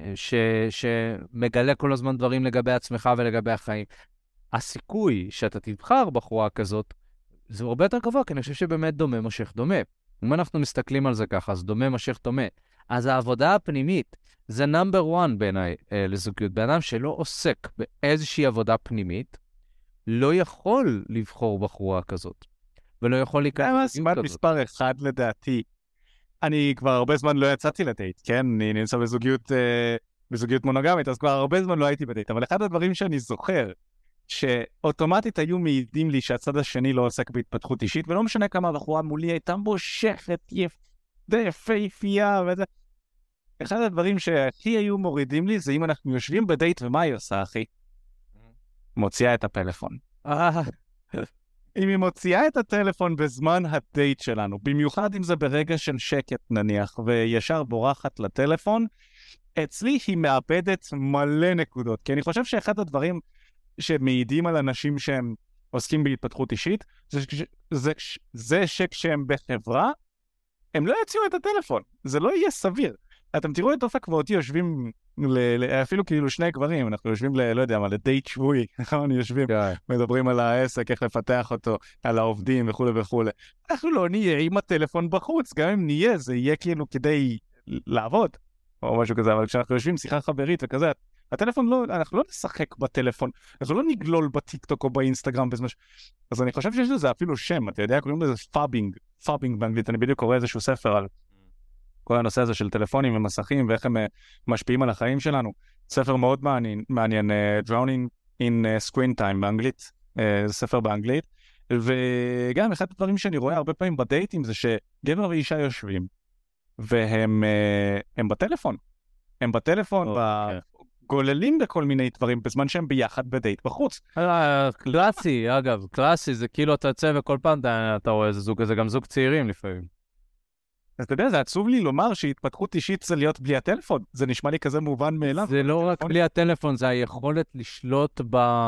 שמגלה כל הזמן דברים לגבי עצמך ולגבי החיים, הסיכוי שאתה תבחר בחורה כזאת, זה הרבה יותר גבוה, כי אני חושב שבאמת דומה מושך דומה. אם אנחנו מסתכלים על זה ככה, אז דומה מושך דומה. אז העבודה הפנימית, זה נאמבר 1 בעיניי לזוגיות. בן אדם שלא עוסק באיזושהי עבודה פנימית, לא יכול לבחור בחורה כזאת. ולא יכול להיכנס כזאת. מספר 1 לדעתי. אני כבר הרבה זמן לא יצאתי לדייט, כן? אני נמצא בזוגיות מונוגמית, אז כבר הרבה זמן לא הייתי בדייט. אבל אחד הדברים שאני זוכר, שאוטומטית היו מעידים לי שהצד השני לא עוסק בהתפתחות אישית, ולא משנה כמה בחורה מולי הייתה מושכת יפהפייה וזה. אחד הדברים שהכי היו מורידים לי זה אם אנחנו יושבים בדייט ומה היא עושה, אחי? מוציאה את הפלאפון. אם היא מוציאה את הטלפון בזמן הדייט שלנו, במיוחד אם זה ברגע של שקט נניח, וישר בורחת לטלפון, אצלי היא מאבדת מלא נקודות. כי אני חושב שאחד הדברים שמעידים על אנשים שהם עוסקים בהתפתחות אישית, זה שכשהם בחברה, הם לא יוציאו את הטלפון. זה לא יהיה סביר. אתם תראו את אופק ואותי יושבים, אפילו כאילו שני גברים, אנחנו יושבים לא יודע מה, לדייט שבועי, אנחנו יושבים, מדברים על העסק, איך לפתח אותו, על העובדים וכו' וכו'. אנחנו לא נהיה עם הטלפון בחוץ, גם אם נהיה, זה יהיה כאילו כדי לעבוד, או משהו כזה, אבל כשאנחנו יושבים שיחה חברית וכזה, הטלפון לא, אנחנו לא נשחק בטלפון, אנחנו לא נגלול בטיקטוק או באינסטגרם בזמן. אז אני חושב שיש לזה אפילו שם, אתה יודע, קוראים לזה פאבינג באנגלית, אני בדיוק קורא איזשהו ספר על כל הנושא הזה של טלפונים ומסכים ואיך הם משפיעים על החיים שלנו. ספר מאוד מעניין, Drowning in Screen Time באנגלית, זה ספר באנגלית, וגם אחד הדברים שאני רואה הרבה פעמים בדייטים זה שגבר ואישה יושבים, והם בטלפון. הם בטלפון, גוללים בכל מיני דברים בזמן שהם ביחד בדייט בחוץ. קלאסי, אגב, קלאסי, זה כאילו אתה יוצא וכל פעם אתה רואה איזה זוג, זה גם זוג צעירים לפעמים. אז אתה יודע, זה עצוב לי לומר שהתפתחות אישית זה להיות בלי הטלפון. זה נשמע לי כזה מובן מאליו. זה לא רק בלי הטלפון, זה היכולת לשלוט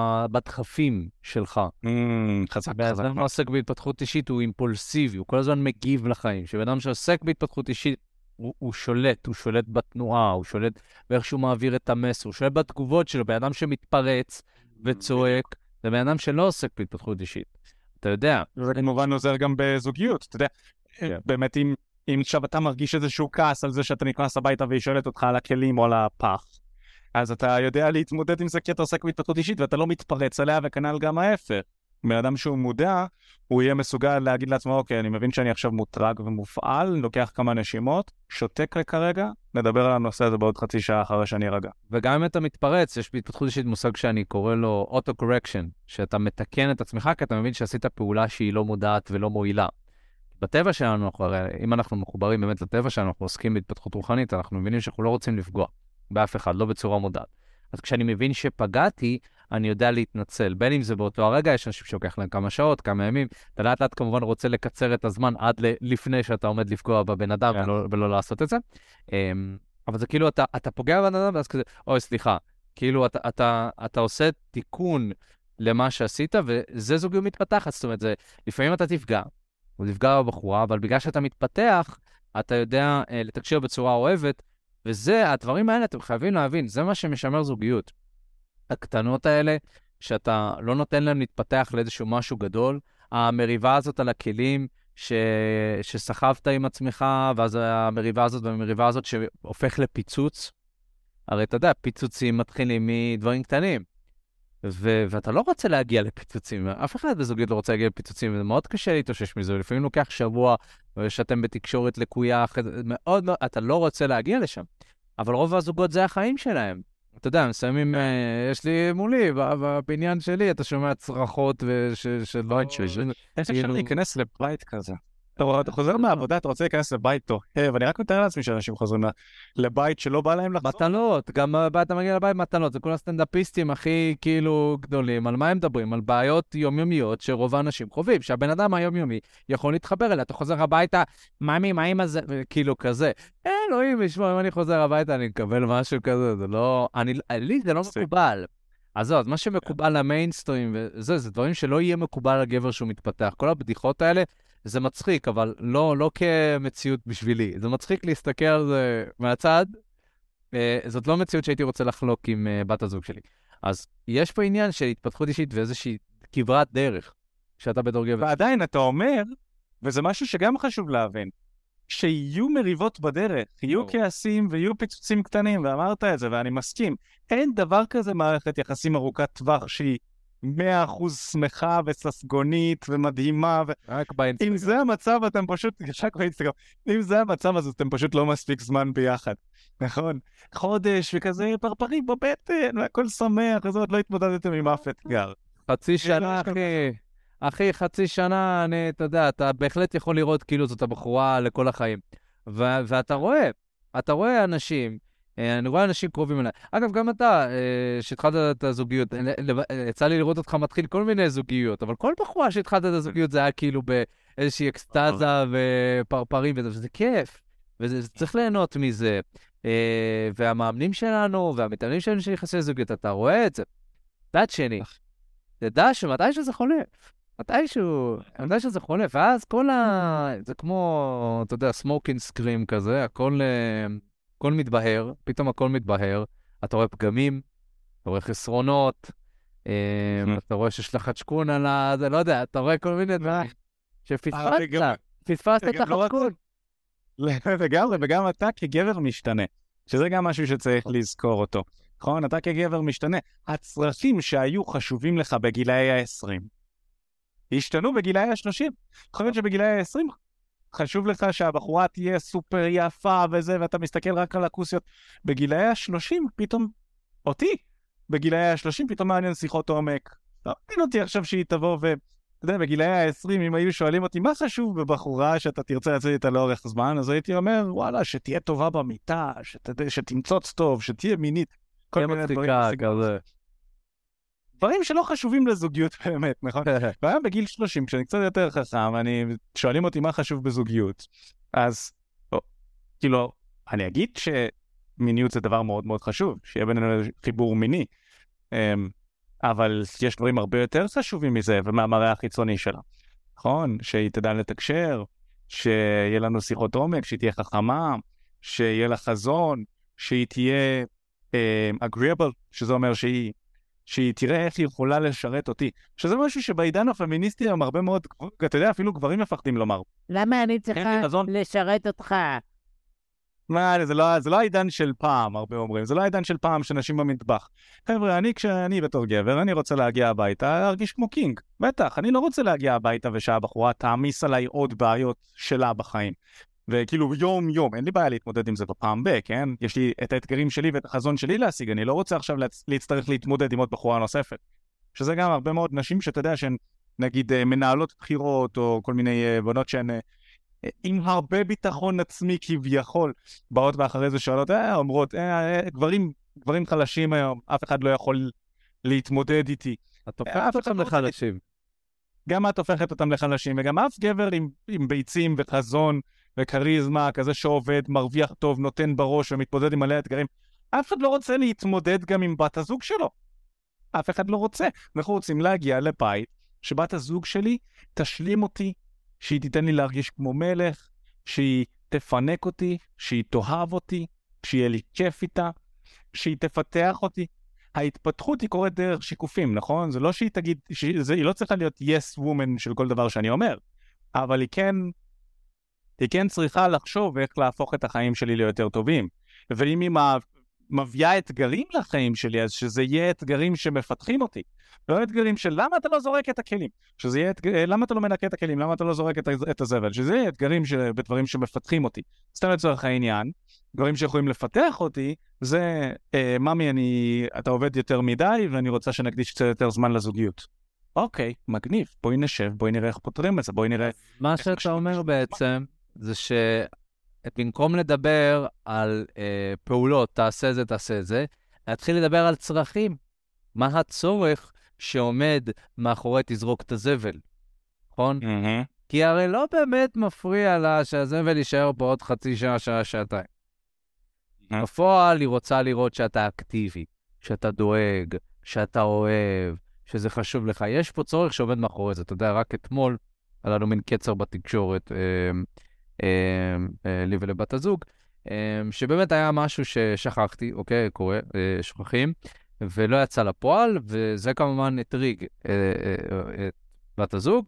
בדחפים שלך. חזק. באדם עוסק בהתפתחות אישית הוא אימפולסיבי, הוא כל הזמן מגיב לחיים. שבאדם שעוסק בהתפתחות אישית, הוא שולט בתנועה, הוא שולט באיך שהוא מעביר את המסר, הוא שולט בתגובות שלו, באדם שמתפרץ וצועק, זה באדם שלא עוסק בהתפתחות אישית. אתה יודע. זה כמובן עוזר גם בזוגיות, אתה יודע. באמת אם עכשיו אתה מרגיש איזשהו כעס על זה שאתה נכנס הביתה והיא שואלת אותך על הכלים או על הפח, אז אתה יודע להתמודד עם זה כי אתה עוסק בהתפתחות אישית ואתה לא מתפרץ עליה, וכנ"ל גם ההפך. מאדם שהוא מודע, הוא יהיה מסוגל להגיד לעצמו, אוקיי, אני מבין שאני עכשיו מוטרג ומופעל, לוקח כמה נשימות, שותק לכרגע, נדבר על הנושא הזה בעוד חצי שעה אחרי שאני ארגע. וגם אם אתה מתפרץ, יש בהתפתחות אישית מושג שאני קורא לו auto-correction, שאתה מתקן את עצמך, כי אתה מבין שעשית פעולה שהיא לא מודעת ולא מועילה. בטבע שלנו, אם אנחנו מחוברים באמת לטבע שלנו, אנחנו עוסקים בהתפתחות רוחנית, אנחנו מבינים שאנחנו לא רוצים לפגוע באף אחד, לא בצורה מודעת. אז כשאני מבין שפגעתי, אני יודע להתנצל. בין אם זה באותו הרגע, יש אנשים שלוקח להם כמה שעות, כמה ימים, אתה לאט לאט כמובן רוצה לקצר את הזמן עד לפני שאתה עומד לפגוע בבן אדם ולא לעשות את זה. אבל זה כאילו, אתה פוגע בבן אדם, ואז כזה, אוי, סליחה. כאילו, אתה עושה תיקון למה שעשית, וזה זוגיות מתפתחת. זאת אומרת, לפעמים אתה תפגע, הוא נפגע בבחורה, אבל בגלל שאתה מתפתח, אתה יודע לתקשר בצורה אוהבת, וזה, הדברים האלה, אתם חייבים להבין, זה מה שמשמר זוגיות. הקטנות האלה, שאתה לא נותן להם להתפתח לאיזשהו משהו גדול, המריבה הזאת על הכלים שסחבת עם עצמך, ואז המריבה הזאת והמריבה הזאת שהופך לפיצוץ, הרי אתה יודע, פיצוצים מתחילים מדברים קטנים, ואתה לא רוצה להגיע לפיצוצים, אף אחד בזוגיות לא רוצה להגיע לפיצוצים, וזה מאוד קשה להתאושש מזה, לפעמים לוקח שבוע, ושאתם בתקשורת לקויה, מאוד, אתה לא רוצה להגיע לשם, אבל רוב הזוגות זה החיים שלהם. אתה יודע, מסיימים, יש לי מולי, בבניין שלי, אתה שומע צרחות של בית שלי. איך אפשר להיכנס לבית כזה? אתה חוזר מהעבודה, אתה רוצה להיכנס לבית טוב. ואני רק מתאר לעצמי שאנשים חוזרים לבית שלא בא להם לחזור. מתנות, גם אתה מגיע לבית מתנות, זה כל הסטנדאפיסטים הכי כאילו גדולים. על מה הם מדברים? על בעיות יומיומיות שרוב האנשים חווים, שהבן אדם היומיומי יכול להתחבר אליה. אתה חוזר הביתה, מאמי, מה עם הזה? כאילו כזה. אלוהים, לשמוע, אם אני חוזר הביתה, אני מקבל משהו כזה, זה לא... לי זה לא מקובל. אז מה שמקובל למיינסטרים, זה דברים שלא יהיה מקובל לגבר שהוא מתפתח. כל הבדיחות האלה, זה מצחיק, אבל לא כמציאות בשבילי. זה מצחיק להסתכל על זה מהצד. זאת לא מציאות שהייתי רוצה לחלוק עם בת הזוג שלי. אז יש פה עניין של התפתחות אישית ואיזושהי כברת דרך שאתה בתור גבר. ועדיין אתה אומר, וזה משהו שגם חשוב להבין, שיהיו מריבות בדרך, יהיו כעסים ויהיו פיצוצים קטנים, ואמרת את זה ואני מסכים. אין דבר כזה מערכת יחסים ארוכת טווח שהיא 100% שמחה וססגונית ומדהימה. אם זה המצב, אתם פשוט, אם זה המצב, אז אתם פשוט לא מספיק זמן ביחד. נכון? חודש וכזה פרפרים בבטן, והכל שמח, אז עוד לא התמודדתם עם אף אתגר. חצי שנה, אחי, חצי שנה, אתה יודע, אתה בהחלט יכול לראות כאילו זאת הבחורה לכל החיים. ואתה רואה אנשים, אני רואה אנשים קרובים אליי. אגב, גם אתה, שהתחלת את הזוגיות, יצא לי לראות אותך מתחיל כל מיני זוגיות, אבל כל בחורה שהתחלת את הזוגיות זה היה כאילו באיזושהי אקסטאזה ופרפרים, וזה כיף, וצריך ליהנות מזה. והמאמנים שלנו, והמתאמנים שלנו שנכנסים לזוגיות, אתה רואה את זה. דעת שני, תדע שמתישהו זה חולף. מתישהו זה חולף, ואז זה כמו, אתה יודע, סמוקינג סקרים כזה, הכל מתבהר, פתאום הכל מתבהר, אתה רואה פגמים, אתה רואה חסרונות, אתה רואה שיש לך חדשקון על זה, לא יודע, אתה רואה כל מיני דברים פספסת את החדשקון. לגמרי, וגם אתה כגבר משתנה, שזה גם משהו שצריך לזכור אותו. נכון, אתה כגבר משתנה. הצרכים שהיו חשובים לך בגילאי ה-20, השתנו בגילאי ה-30. יכול להיות שבגילאי ה-20 חשוב לך שהבחורה תהיה סופר יפה וזה, ואתה מסתכל רק על הכוסיות. בגילאי ה-30 פתאום, אותי, בגילאי ה-30 פתאום מעניין שיחות עומק. לא מעניין אותי עכשיו שהיא תבוא אתה יודע, בגילי ה-20, אם היו שואלים אותי, מה חשוב בבחורה שאתה תרצה לצאת איתה לאורך זמן, אז הייתי אומר, וואלה, שתהיה טובה במיטה, שתמצוץ טוב, שתהיה מינית. כל מיני דברים שלא חשובים לזוגיות באמת, נכון? והיום בגיל 30, כשאני קצת יותר חכם, שואלים אותי מה חשוב בזוגיות, אז כאילו, אני אגיד שמיניות זה דבר מאוד מאוד חשוב, שיהיה בינינו חיבור מיני, אבל יש דברים הרבה יותר חשובים מזה, ומהמראה החיצוני שלה, נכון? שהיא תדע לתקשר, שיהיה לנו שיחות עומק, שהיא תהיה חכמה, שיהיה לה חזון, שהיא תהיה agreeable, שזה אומר שהיא תראה איך היא יכולה לשרת אותי, שזה משהו שבעידן הפמיניסטי הם הרבה מאוד, אתה יודע, אפילו גברים מפחדים לומר. למה אני צריכה לשרת אותך? מה, זה לא העידן של פעם, הרבה אומרים, זה לא העידן של פעם שנשים במטבח. חבר'ה, כשאני בתור גבר, אני רוצה להגיע הביתה, להרגיש כמו קינג. בטח, אני לא רוצה להגיע הביתה ושהבחורה תעמיס עליי עוד בעיות שלה בחיים. וכאילו יום, אין לי בעיה להתמודד עם זה בפעם כן? יש לי את האתגרים שלי ואת החזון שלי להשיג, אני לא רוצה עכשיו להצטרך להתמודד עם עוד בחורה נוספת. שזה גם הרבה מאוד נשים שאתה יודע שהן, נגיד, מנהלות בחירות, או כל מיני בנות שהן עם הרבה ביטחון עצמי כביכול, באות ואחרי זה שואלות, אומרות, גברים חלשים היום, אף אחד לא יכול להתמודד איתי. את הופכת אותם לחלשים. גם את הופכת אותם לחלשים, וגם אף גבר עם ביצים וחזון וקריזמה, כזה שעובד, מרוויח טוב, נותן בראש ומתמודד עם מלא אתגרים, אף אחד לא רוצה להתמודד גם עם בת הזוג שלו. אף אחד לא רוצה. אנחנו רוצים להגיע לבית שבת הזוג שלי תשלים אותי, שהיא תיתן לי להרגיש כמו מלך, שהיא תפנק אותי, שהיא תאהב אותי, שיהיה לי כיף איתה, שהיא תפתח אותי. ההתפתחות היא קורית דרך שיקופים, נכון? זה לא שהיא תגיד, היא לא צריכה להיות yes woman של כל דבר שאני אומר, אבל היא כן צריכה לחשוב איך להפוך את החיים שלי ליותר טובים. ואם היא מביאה אתגרים לחיים שלי, אז שזה יהיה אתגרים שמפתחים אותי. לא אתגרים של למה אתה לא זורק את הכלים, שזה יהיה למה אתה לא מנקה את הכלים, למה אתה לא זורק את הזבל, שזה יהיה אתגרים בדברים שמפתחים אותי. סתם לצורך העניין, דברים שיכולים לפתח אותי, זה ממי, אתה עובד יותר מדי, ואני רוצה שנקדיש קצת יותר זמן לזוגיות. אוקיי, מגניב, בואי נשב, בואי נראה איך פותרים את זה, בואי נראה... מה שאתה אומר בעצם, זה שבמקום לדבר על פעולות, תעשה זה, להתחיל לדבר על צרכים. מה הצורך שעומד מאחורי תזרוק את הזבל, נכון? כי הרי לא באמת מפריע לה שהזבל יישאר פה עוד חצי שעה, שעתיים. בפועל היא רוצה לראות שאתה אקטיבי, שאתה דואג, שאתה אוהב, שזה חשוב לך. יש פה צורך שעומד מאחורי זה. אתה יודע, רק אתמול היה לנו מין קצר בתקשורת, לי ולבת הזוג, שבאמת היה משהו ששכחתי, אוקיי, קורה, שוכחים, ולא יצא לפועל, וזה כמובן הטריג את בת הזוג,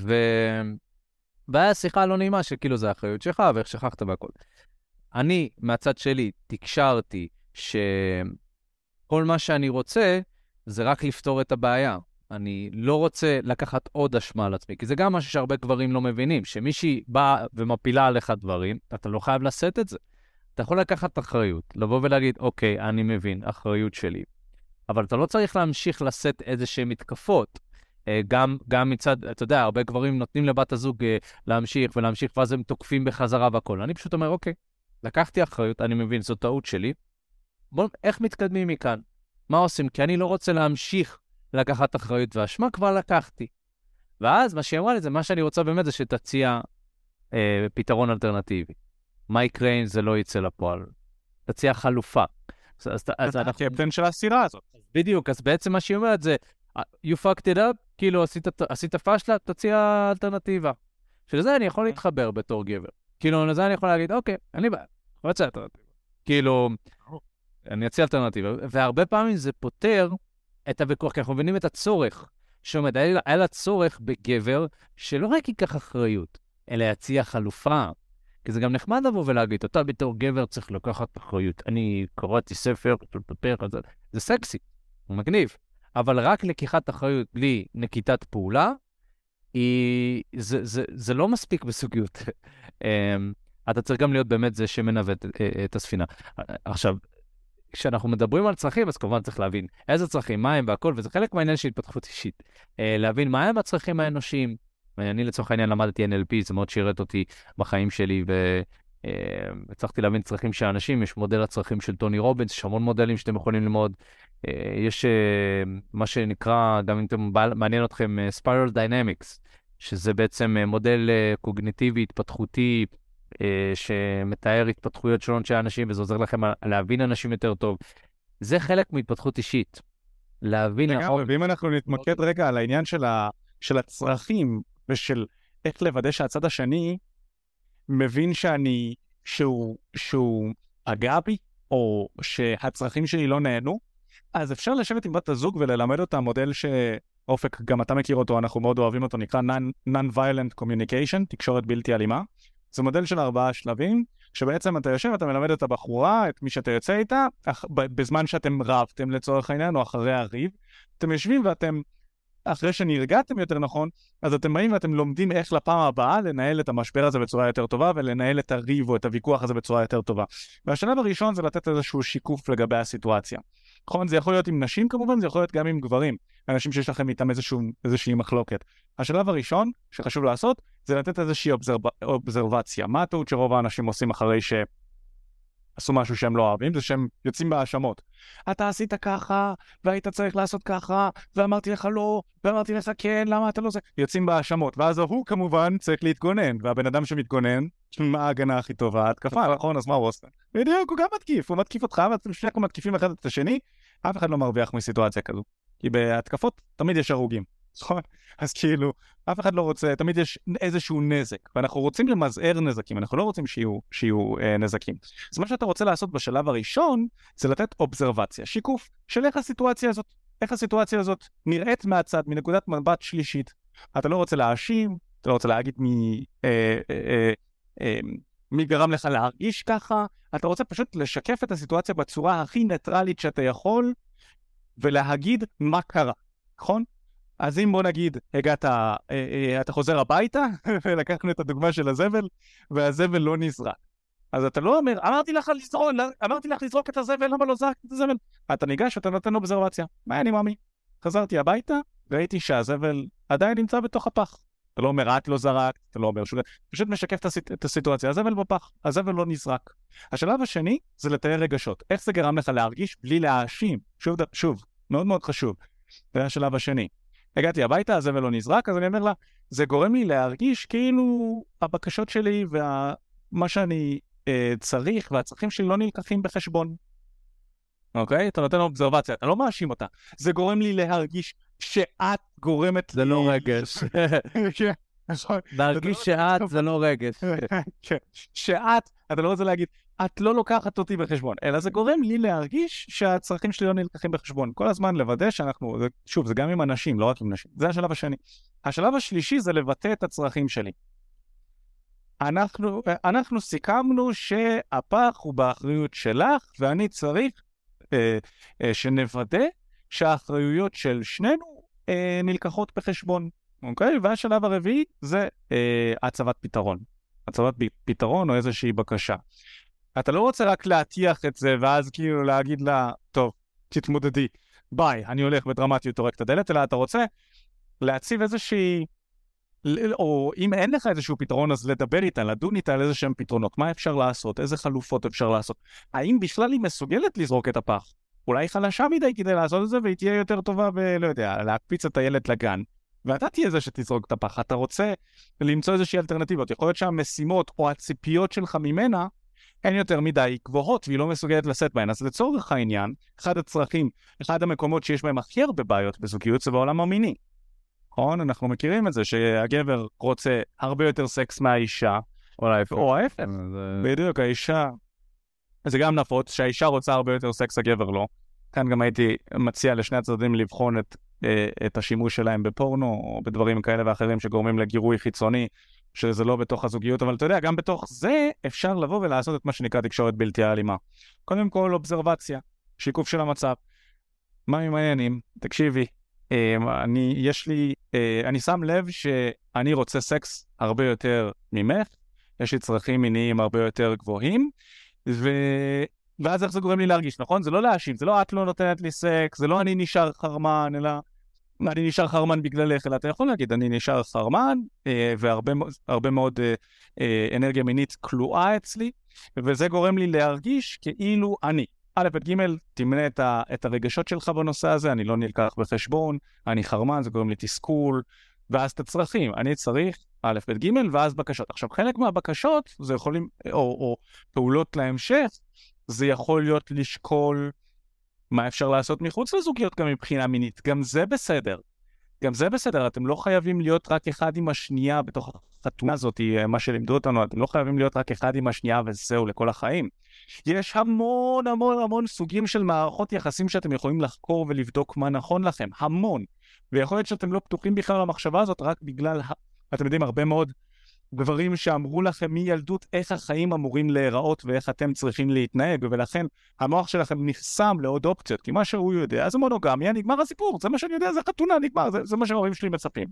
והיה שיחה לא נעימה שכאילו זה האחריות שלך, ואיך שכחת והכל. אני, מהצד שלי, תקשרתי שכל מה שאני רוצה, זה רק לפתור את הבעיה. אני לא רוצה לקחת עוד אשמה על עצמי, כי זה גם משהו שהרבה גברים לא מבינים, שמישהי באה ומפילה עליך דברים, אתה לא חייב לשאת את זה. אתה יכול לקחת אחריות, לבוא ולהגיד, אוקיי, אני מבין, אחריות שלי. אבל אתה לא צריך להמשיך לשאת איזשהם מתקפות. גם מצד, אתה יודע, הרבה גברים נותנים לבת הזוג להמשיך ולהמשיך, ואז הם תוקפים בחזרה והכל. אני פשוט אומר, אוקיי, לקחתי אחריות, אני מבין, זו טעות שלי. בואו, איך מתקדמים מכאן? מה עושים? כי אני לא רוצה להמשיך לקחת אחריות והאשמה, כבר לקחתי. ואז מה שהיא אמרה לי זה, מה שאני רוצה באמת זה שתציע פתרון אלטרנטיבי. מה יקרה אם זה לא יצא לפועל? תציע חלופה. אז הקפטן של הסירה הזאת. בדיוק, אז בעצם מה שהיא אומרת זה, you fucked it up, כאילו עשית פשלה, תציע אלטרנטיבה. שלזה אני יכול להתחבר בתור גבר. כאילו, לזה אני יכול להגיד, אוקיי, אני בא, רוצה אלטרנטיבה. כאילו, אני אציע אלטרנטיבה, והרבה פעמים זה פותר את הוויכוח, כי אנחנו מבינים את הצורך, שעומד, היה לה צורך בגבר, שלא רק ייקח אחריות, אלא יציע חלופה. כי זה גם נחמד לבוא ולהגיד, אתה בתור גבר צריך לקחת אחריות. אני קראתי ספר, זה סקסי, הוא מגניב. אבל רק לקיחת אחריות בלי נקיטת פעולה, זה לא מספיק בסוגיות. אתה צריך גם להיות באמת זה שמנווט את הספינה. עכשיו, כשאנחנו מדברים על צרכים, אז כמובן צריך להבין איזה צרכים, מה הם והכל, וזה חלק מהעניין של התפתחות אישית. להבין מה הם הצרכים האנושיים. אני לצורך העניין למדתי NLP, זה מאוד שירת אותי בחיים שלי, והצלחתי להבין צרכים של אנשים. יש מודל הצרכים של טוני רובינס, יש המון מודלים שאתם יכולים ללמוד. יש מה שנקרא, גם אם אתם מעניין אתכם, Spiral Dynamics, שזה בעצם מודל קוגניטיבי, התפתחותי, שמתאר התפתחויות שונות של אנשים, וזה עוזר לכם להבין אנשים יותר טוב. זה חלק מהתפתחות אישית. להבין... ואם אנחנו נתמקד רגע על העניין של הצרכים, ושל איך לוודא שהצד השני מבין שהוא אגע בי, או שהצרכים שלי לא נהנו, אז אפשר לשבת עם בת הזוג וללמד אותה מודל שאופק, גם אתה מכיר אותו, אנחנו מאוד אוהבים אותו, נקרא Non-Violent Communication, תקשורת בלתי אלימה. זה מודל של 4 שלבים, שבעצם אתה יושב, אתה מלמד את הבחורה, את מי שאתה יוצא איתה, בזמן שאתם רבתם לצורך העניין, או אחרי הריב, אתם יושבים ואתם, אחרי שנרגעתם יותר נכון, אז אתם באים ואתם לומדים איך לפעם הבאה לנהל את המשבר הזה בצורה יותר טובה, ולנהל את הריב או את הוויכוח הזה בצורה יותר טובה. והשלב הראשון זה לתת איזשהו שיקוף לגבי הסיטואציה. נכון, זה יכול להיות עם נשים כמובן, זה יכול להיות גם עם גברים, אנשים שיש לכם איתם איזושהי מחלוקת. השלב הראשון שחשוב לעשות, זה לתת איזושהי אובזרבציה. מה הטעות שרוב האנשים עושים אחרי שעשו משהו שהם לא אוהבים? זה שהם יוצאים בהאשמות. אתה עשית ככה, והיית צריך לעשות ככה, ואמרתי לך לא, ואמרתי לך כן, למה אתה לא זה? יוצאים בהאשמות, ואז הוא כמובן צריך להתגונן, והבן אדם שמתגונן, מה ההגנה הכי טובה? ההתקפה, נכון? אז מה הוא עושה? בדיוק, הוא גם מתקיף, הוא מתקיף אותך, ואתם שניכם מתקיפים אחד את השני, אף אחד לא מרוויח מסיטואציה כזו. כי בהתקפות תמיד יש הרוגים. נכון? אז כאילו, אף אחד לא רוצה, תמיד יש איזשהו נזק, ואנחנו רוצים למזער נזקים, אנחנו לא רוצים שיהיו נזקים. אז מה שאתה רוצה לעשות בשלב הראשון, זה לתת אובזרבציה, שיקוף של איך הסיטואציה הזאת נראית מהצד, מנקודת מבט שלישית. אתה לא רוצה להאשים, אתה לא רוצה להגיד מי גרם לך להרגיש ככה, אתה רוצה פשוט לשקף את הסיטואציה בצורה הכי ניטרלית שאתה יכול, ולהגיד מה קרה, נכון? אז אם בוא נגיד, אתה חוזר הביתה, ולקחנו את הדוגמה של הזבל, והזבל לא נזרק. אז אתה לא אומר, אמרתי לך לזרוק את הזבל, למה לא זרקת את הזבל? אתה ניגש, אתה נותן אובזרבציה. מה אני מאמי? חזרתי הביתה, ראיתי שהזבל עדיין נמצא בתוך הפח. אתה לא אומר, את לא זרקת, אתה לא אומר, פשוט משקף את הסיטואציה. הזבל בפח, הזבל לא נזרק. השלב השני זה לתאר רגשות. איך זה גרם לך להרגיש בלי להאשים? שוב, מאוד מאוד חשוב. זה השלב השני. הגעתי הביתה, הזבל לא נזרק, אז אני אומר לה, זה גורם לי להרגיש כאילו הבקשות שלי ומה שאני צריך והצרכים שלי לא נלקחים בחשבון. אוקיי? אתה נותן אובזרבציה, אתה לא מאשים אותה. זה גורם לי להרגיש שאת גורמת... זה לא רגש. להרגיש שאת זה לא רגש. שאת, אתה לא רוצה להגיד, את לא לוקחת אותי בחשבון, אלא זה גורם לי להרגיש שהצרכים שלי לא נלקחים בחשבון. כל הזמן לוודא שאנחנו, שוב, זה גם עם אנשים, לא רק עם נשים. זה השלב השני. השלב השלישי זה לבטא את הצרכים שלי. אנחנו סיכמנו שהפח הוא באחריות שלך, ואני צריך שנוודא שהאחריויות של שנינו נלקחות בחשבון. אוקיי? והשלב הרביעי זה הצבת פתרון. הצבת פתרון או איזושהי בקשה. אתה לא רוצה רק להטיח את זה ואז כאילו להגיד לה, טוב, תתמודדי, ביי, אני הולך בדרמטיות תורק את הדלת, אלא אתה רוצה להציב איזושהי, או אם אין לך איזשהו פתרון, אז לדבר איתה, לדון איתה על איזשהם פתרונות, מה אפשר לעשות, איזה חלופות אפשר לעשות, האם בכלל היא מסוגלת לזרוק את הפח, אולי היא חלשה מדי כדי לעשות את זה, והיא תהיה יותר טובה ולא יודע, להקפיץ את הילד לגן, ואתה תהיה זה שתזרוק את הפח, אתה רוצה למצוא איזושהי אלטרנטיבות, יכול להיות שהמשימות או הציפיות שלך ממנה, אין יותר מדי גבוהות, והיא לא מסוגלת לשאת בהן. אז לצורך העניין, אחד הצרכים, אחד המקומות שיש בהם הכי הרבה בעיות בזוגיות, זה בעולם המיני. נכון? אנחנו מכירים את זה, שהגבר רוצה הרבה יותר סקס מהאישה, או ההפך. בדיוק, האישה, זה גם נפוץ, שהאישה רוצה הרבה יותר סקס, הגבר לא. כאן גם הייתי מציע לשני הצדדים לבחון את השימוש שלהם בפורנו, או בדברים כאלה ואחרים שגורמים לגירוי חיצוני, שזה לא בתוך הזוגיות, אבל אתה יודע, גם בתוך זה אפשר לבוא ולעשות את מה שנקרא תקשורת בלתי אלימה. קודם כל, אובזרבציה, שיקוף של המצב. מה ממעניינים? תקשיבי, אני שם לב שאני רוצה סקס הרבה יותר ממך, יש לי צרכים מיניים הרבה יותר גבוהים, ואז איך זה גורם לי להרגיש, נכון? זה לא להאשים, זה לא את לא נותנת לי סקס, זה לא אני נשאר חרמן, אלא אני נשאר חרמן בגללך, אלא אתה יכול להגיד, אני נשאר חרמן, והרבה מאוד אנרגיה מינית כלואה אצלי, וזה גורם לי להרגיש כאילו אני. א' ב' ג' תמנה את הרגשות שלך בנושא הזה, אני לא נלקח בחשבון, אני חרמן, זה גורם לי תסכול, ואז את הצרכים, אני צריך א' ב' ג' ואז בקשות. עכשיו, חלק מהבקשות, זה יכולים, או פעולות להמשך, זה יכול להיות לשקול מה אפשר לעשות מחוץ לזוגיות גם מבחינה מינית. גם זה בסדר. גם זה בסדר. אתם לא חייבים להיות רק אחד עם השנייה בתוך החתונה הזאת, מה שלימדו אותנו, אתם לא חייבים להיות רק אחד עם השנייה וזהו לכל החיים. יש המון המון המון סוגים של מערכות יחסים שאתם יכולים לחקור ולבדוק מה נכון לכם. המון. ויכול להיות שאתם לא פתוחים בכלל למחשבה הזאת רק בגלל, אתם יודעים, הרבה מאוד דברים שאמרו לכם מילדות איך החיים אמורים להיראות ואיך אתם צריכים להתנהג, ולכן המוח שלכם נחסם לעוד אופציות, כי מה שהוא יודע זה מונוגמיה, נגמר הסיפור, זה מה שאני יודע, זה חתונה, נגמר, זה מה שההורים שלי מצפים.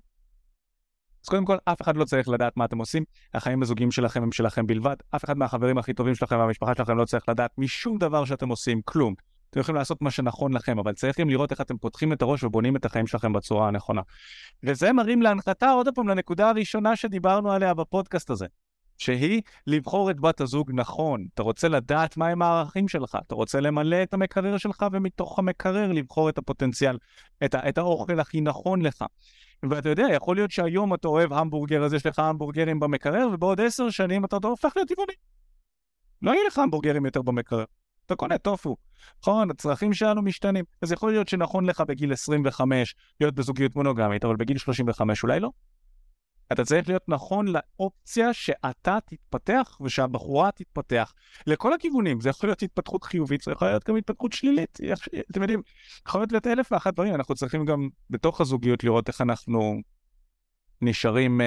אז קודם כל, אף אחד לא צריך לדעת מה אתם עושים, החיים הזוגיים שלכם הם שלכם בלבד, אף אחד מהחברים הכי טובים שלכם והמשפחה שלכם לא צריך לדעת משום דבר שאתם עושים, כלום. אתם יכולים לעשות מה שנכון לכם, אבל צריכים לראות איך אתם פותחים את הראש ובונים את החיים שלכם בצורה הנכונה. וזה מרים להנחתה עוד פעם לנקודה הראשונה שדיברנו עליה בפודקאסט הזה, שהיא לבחור את בת הזוג נכון. אתה רוצה לדעת מהם הערכים שלך, אתה רוצה למלא את המקרר שלך, ומתוך המקרר לבחור את הפוטנציאל, את האוכל הכי נכון לך. ואתה יודע, יכול להיות שהיום אתה אוהב המבורגר, אז יש לך המבורגרים במקרר, ובעוד 10 שנים אתה הופך להיות טבעוני. לא יהיה לך המבורגרים יותר במקרר. אתה קונה טופו. נכון, הצרכים שלנו משתנים. אז יכול להיות שנכון לך בגיל 25 להיות בזוגיות מונוגמית, אבל בגיל 35 אולי לא. אתה צריך להיות נכון לאופציה שאתה תתפתח ושהבחורה תתפתח. לכל הכיוונים, זה יכול להיות התפתחות חיובית, זה יכול להיות גם התפתחות שלילית. אתם יודעים, יכול להיות 1,001 דברים. אנחנו צריכים גם בתוך הזוגיות לראות איך אנחנו נשארים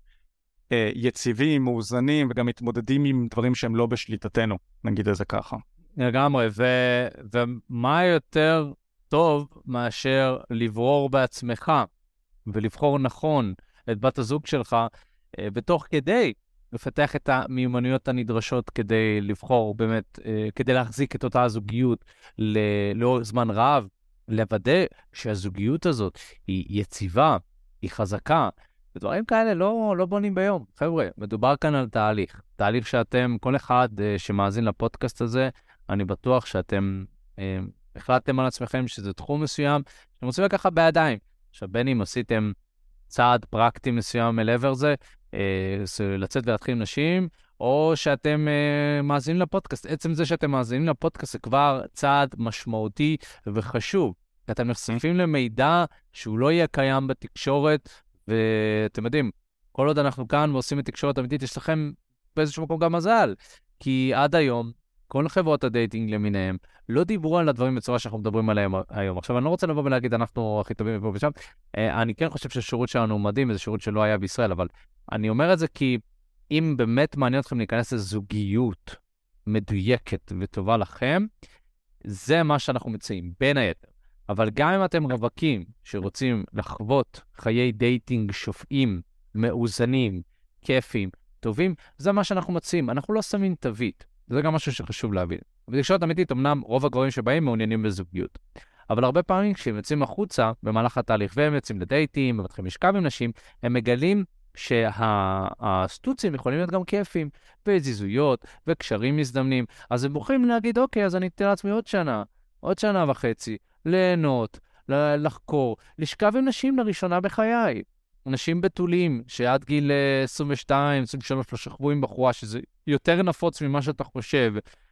יציבים, מאוזנים, וגם מתמודדים עם דברים שהם לא בשליטתנו, נגיד את זה ככה. לגמרי, ומה יותר טוב מאשר לברור בעצמך ולבחור נכון את בת הזוג שלך, ותוך כדי לפתח את המיומנויות הנדרשות כדי לבחור באמת, כדי להחזיק את אותה הזוגיות לאורך זמן רב, לוודא שהזוגיות הזאת היא יציבה, היא חזקה, ודברים כאלה לא בונים ביום. חבר'ה, מדובר כאן על תהליך שאתם, כל אחד שמאזין לפודקאסט הזה, אני בטוח שאתם החלטתם על עצמכם שזה תחום מסוים, שאתם רוצים לקחת בידיים. עכשיו, בין אם עשיתם צעד פרקטי מסוים אל עבר זה, לצאת ולהתחיל עם נשים, או שאתם מאזינים לפודקאסט. עצם זה שאתם מאזינים לפודקאסט זה כבר צעד משמעותי וחשוב. אתם נחשפים למידע שהוא לא יהיה קיים בתקשורת, ואתם יודעים, כל עוד אנחנו כאן ועושים את תקשורת אמיתית, יש לכם באיזשהו מקום גם מזל. כי עד היום, כל חברות הדייטינג למיניהם לא דיברו על הדברים בצורה שאנחנו מדברים עליהם היום. עכשיו, אני לא רוצה לבוא ולהגיד, אנחנו הכי טובים פה ושם. אני כן חושב שהשירות שלנו מדהים, זה שירות שלא היה בישראל, אבל אני אומר את זה כי אם באמת מעניין אתכם להיכנס לזוגיות מדויקת וטובה לכם, זה מה שאנחנו מציעים, בין היתר. אבל גם אם אתם רווקים שרוצים לחוות חיי דייטינג שופעים, מאוזנים, כיפים, טובים, זה מה שאנחנו מציעים. אנחנו לא שמים תווית. זה גם משהו שחשוב להבין. בתקשורת אמיתית, אמנם רוב הגברים שבאים מעוניינים בזוגיות. אבל הרבה פעמים כשהם יוצאים החוצה במהלך התהליך והם יוצאים לדייטים, ומתחילים לשכב עם נשים, הם מגלים שהסטוצים יכולים להיות גם כיפים, וזיזויות, וקשרים מזדמנים. אז הם בוחרים להגיד, אוקיי, אז אני אתן לעצמי עוד שנה וחצי, ליהנות, לחקור, לשכב עם נשים לראשונה בחיי. אנשים בתולים, שעד גיל 22, 23, לא שכבו עם בחורה, שזה יותר נפוץ ממה שאתה חושב,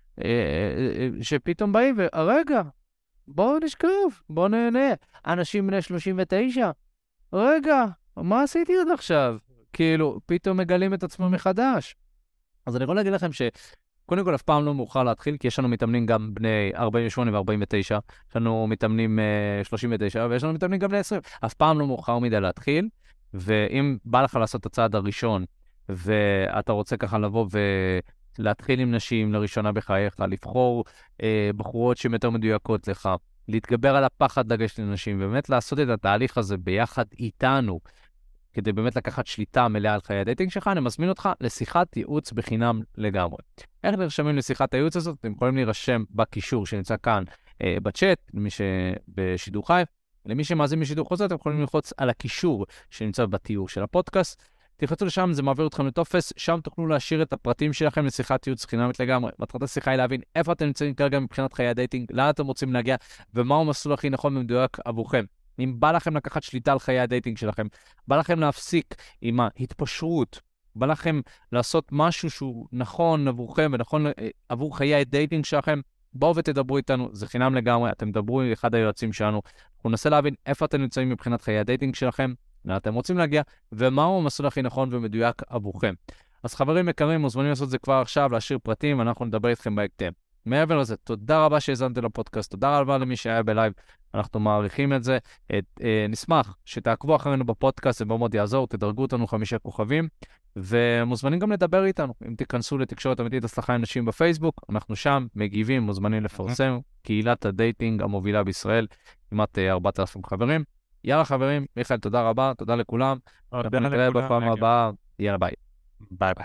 שפתאום באים, ורגע, בואו נשכב, בואו נהנה. אנשים בני 39, רגע, מה עשיתי עד עכשיו? כאילו, פתאום מגלים את עצמם מחדש. אז אני יכול להגיד לכם קודם כל, אף פעם לא מאוחר להתחיל, כי יש לנו מתאמנים גם בני 48 ו-49, יש לנו מתאמנים 39, ויש לנו מתאמנים גם בני 20. אף פעם לא מאוחר מדי להתחיל, ואם בא לך לעשות את הצעד הראשון, ואתה רוצה ככה לבוא ולהתחיל עם נשים לראשונה בחייך, לבחור בחורות שהן יותר מדויקות לך, להתגבר על הפחד לגשת לנשים, ובאמת לעשות את התהליך הזה ביחד איתנו, כדי באמת לקחת שליטה מלאה על חיי הדייטינג שלך, אני מזמין אותך לשיחת ייעוץ בחינם לגמרי. איך נרשמים לשיחת הייעוץ הזאת? אתם יכולים להירשם בקישור שנמצא כאן בצ'אט, למי שבשידור חי. למי שמאזין בשידור חוזר, אתם יכולים ללחוץ על הקישור שנמצא בתיאור של הפודקאסט. תלחצו לשם, זה מעביר אתכם לטופס, שם תוכלו להשאיר את הפרטים שלכם לשיחת ייעוץ חינמית לגמרי. מטרת השיחה היא להבין איפה אתם נמצאים כרגע מבחינת חיי הדייטינג, לאן אתם רוצים להגיע, ומהו המסלול הכי נכון ומדויק עבורכם. אם בא לכם לקחת שליטה על חיי הדייטינג שלכם, בא לכם להפסיק עם ההתפשרות, בא לכם לעשות משהו שהוא נכון עבורכם ונכון עבור חיי הדייטינג שלכם, בואו ותדברו איתנו, זה חינם לגמרי, אתם דברו עם אחד היועצים שלנו, אנחנו ננסה להבין איפה אתם נמצאים מבחינת חיי הדייטינג שלכם, לאן אתם רוצים להגיע, ומהו המסלול הכי נכון ומדויק עבורכם. אז חברים יקרים, מוזמנים לעשות זה כבר עכשיו, להשאיר פרטים, אנחנו נדבר איתכם בהקדם. מעבר לזה, תודה רבה שהזנתם לפודקאסט, תודה רבה למי שהיה בלייב, אנחנו מעריכים את זה. נשמח שתעקבו אחרינו בפודקאסט, זה מאוד יעזור, תדרגו אותנו 5 כוכבים, ומוזמנים גם לדבר איתנו. אם תיכנסו לתקשורת אמיתית הצלחה עם נשים בפייסבוק, אנחנו שם מגיבים, מוזמנים לפרסם, קהילת הדייטינג המובילה בישראל, כמעט 4,000 חברים. יאללה חברים, מיכאל, תודה רבה, תודה לכולם. אנחנו נתראה בפעם הבאה, יאללה ביי. ביי ביי.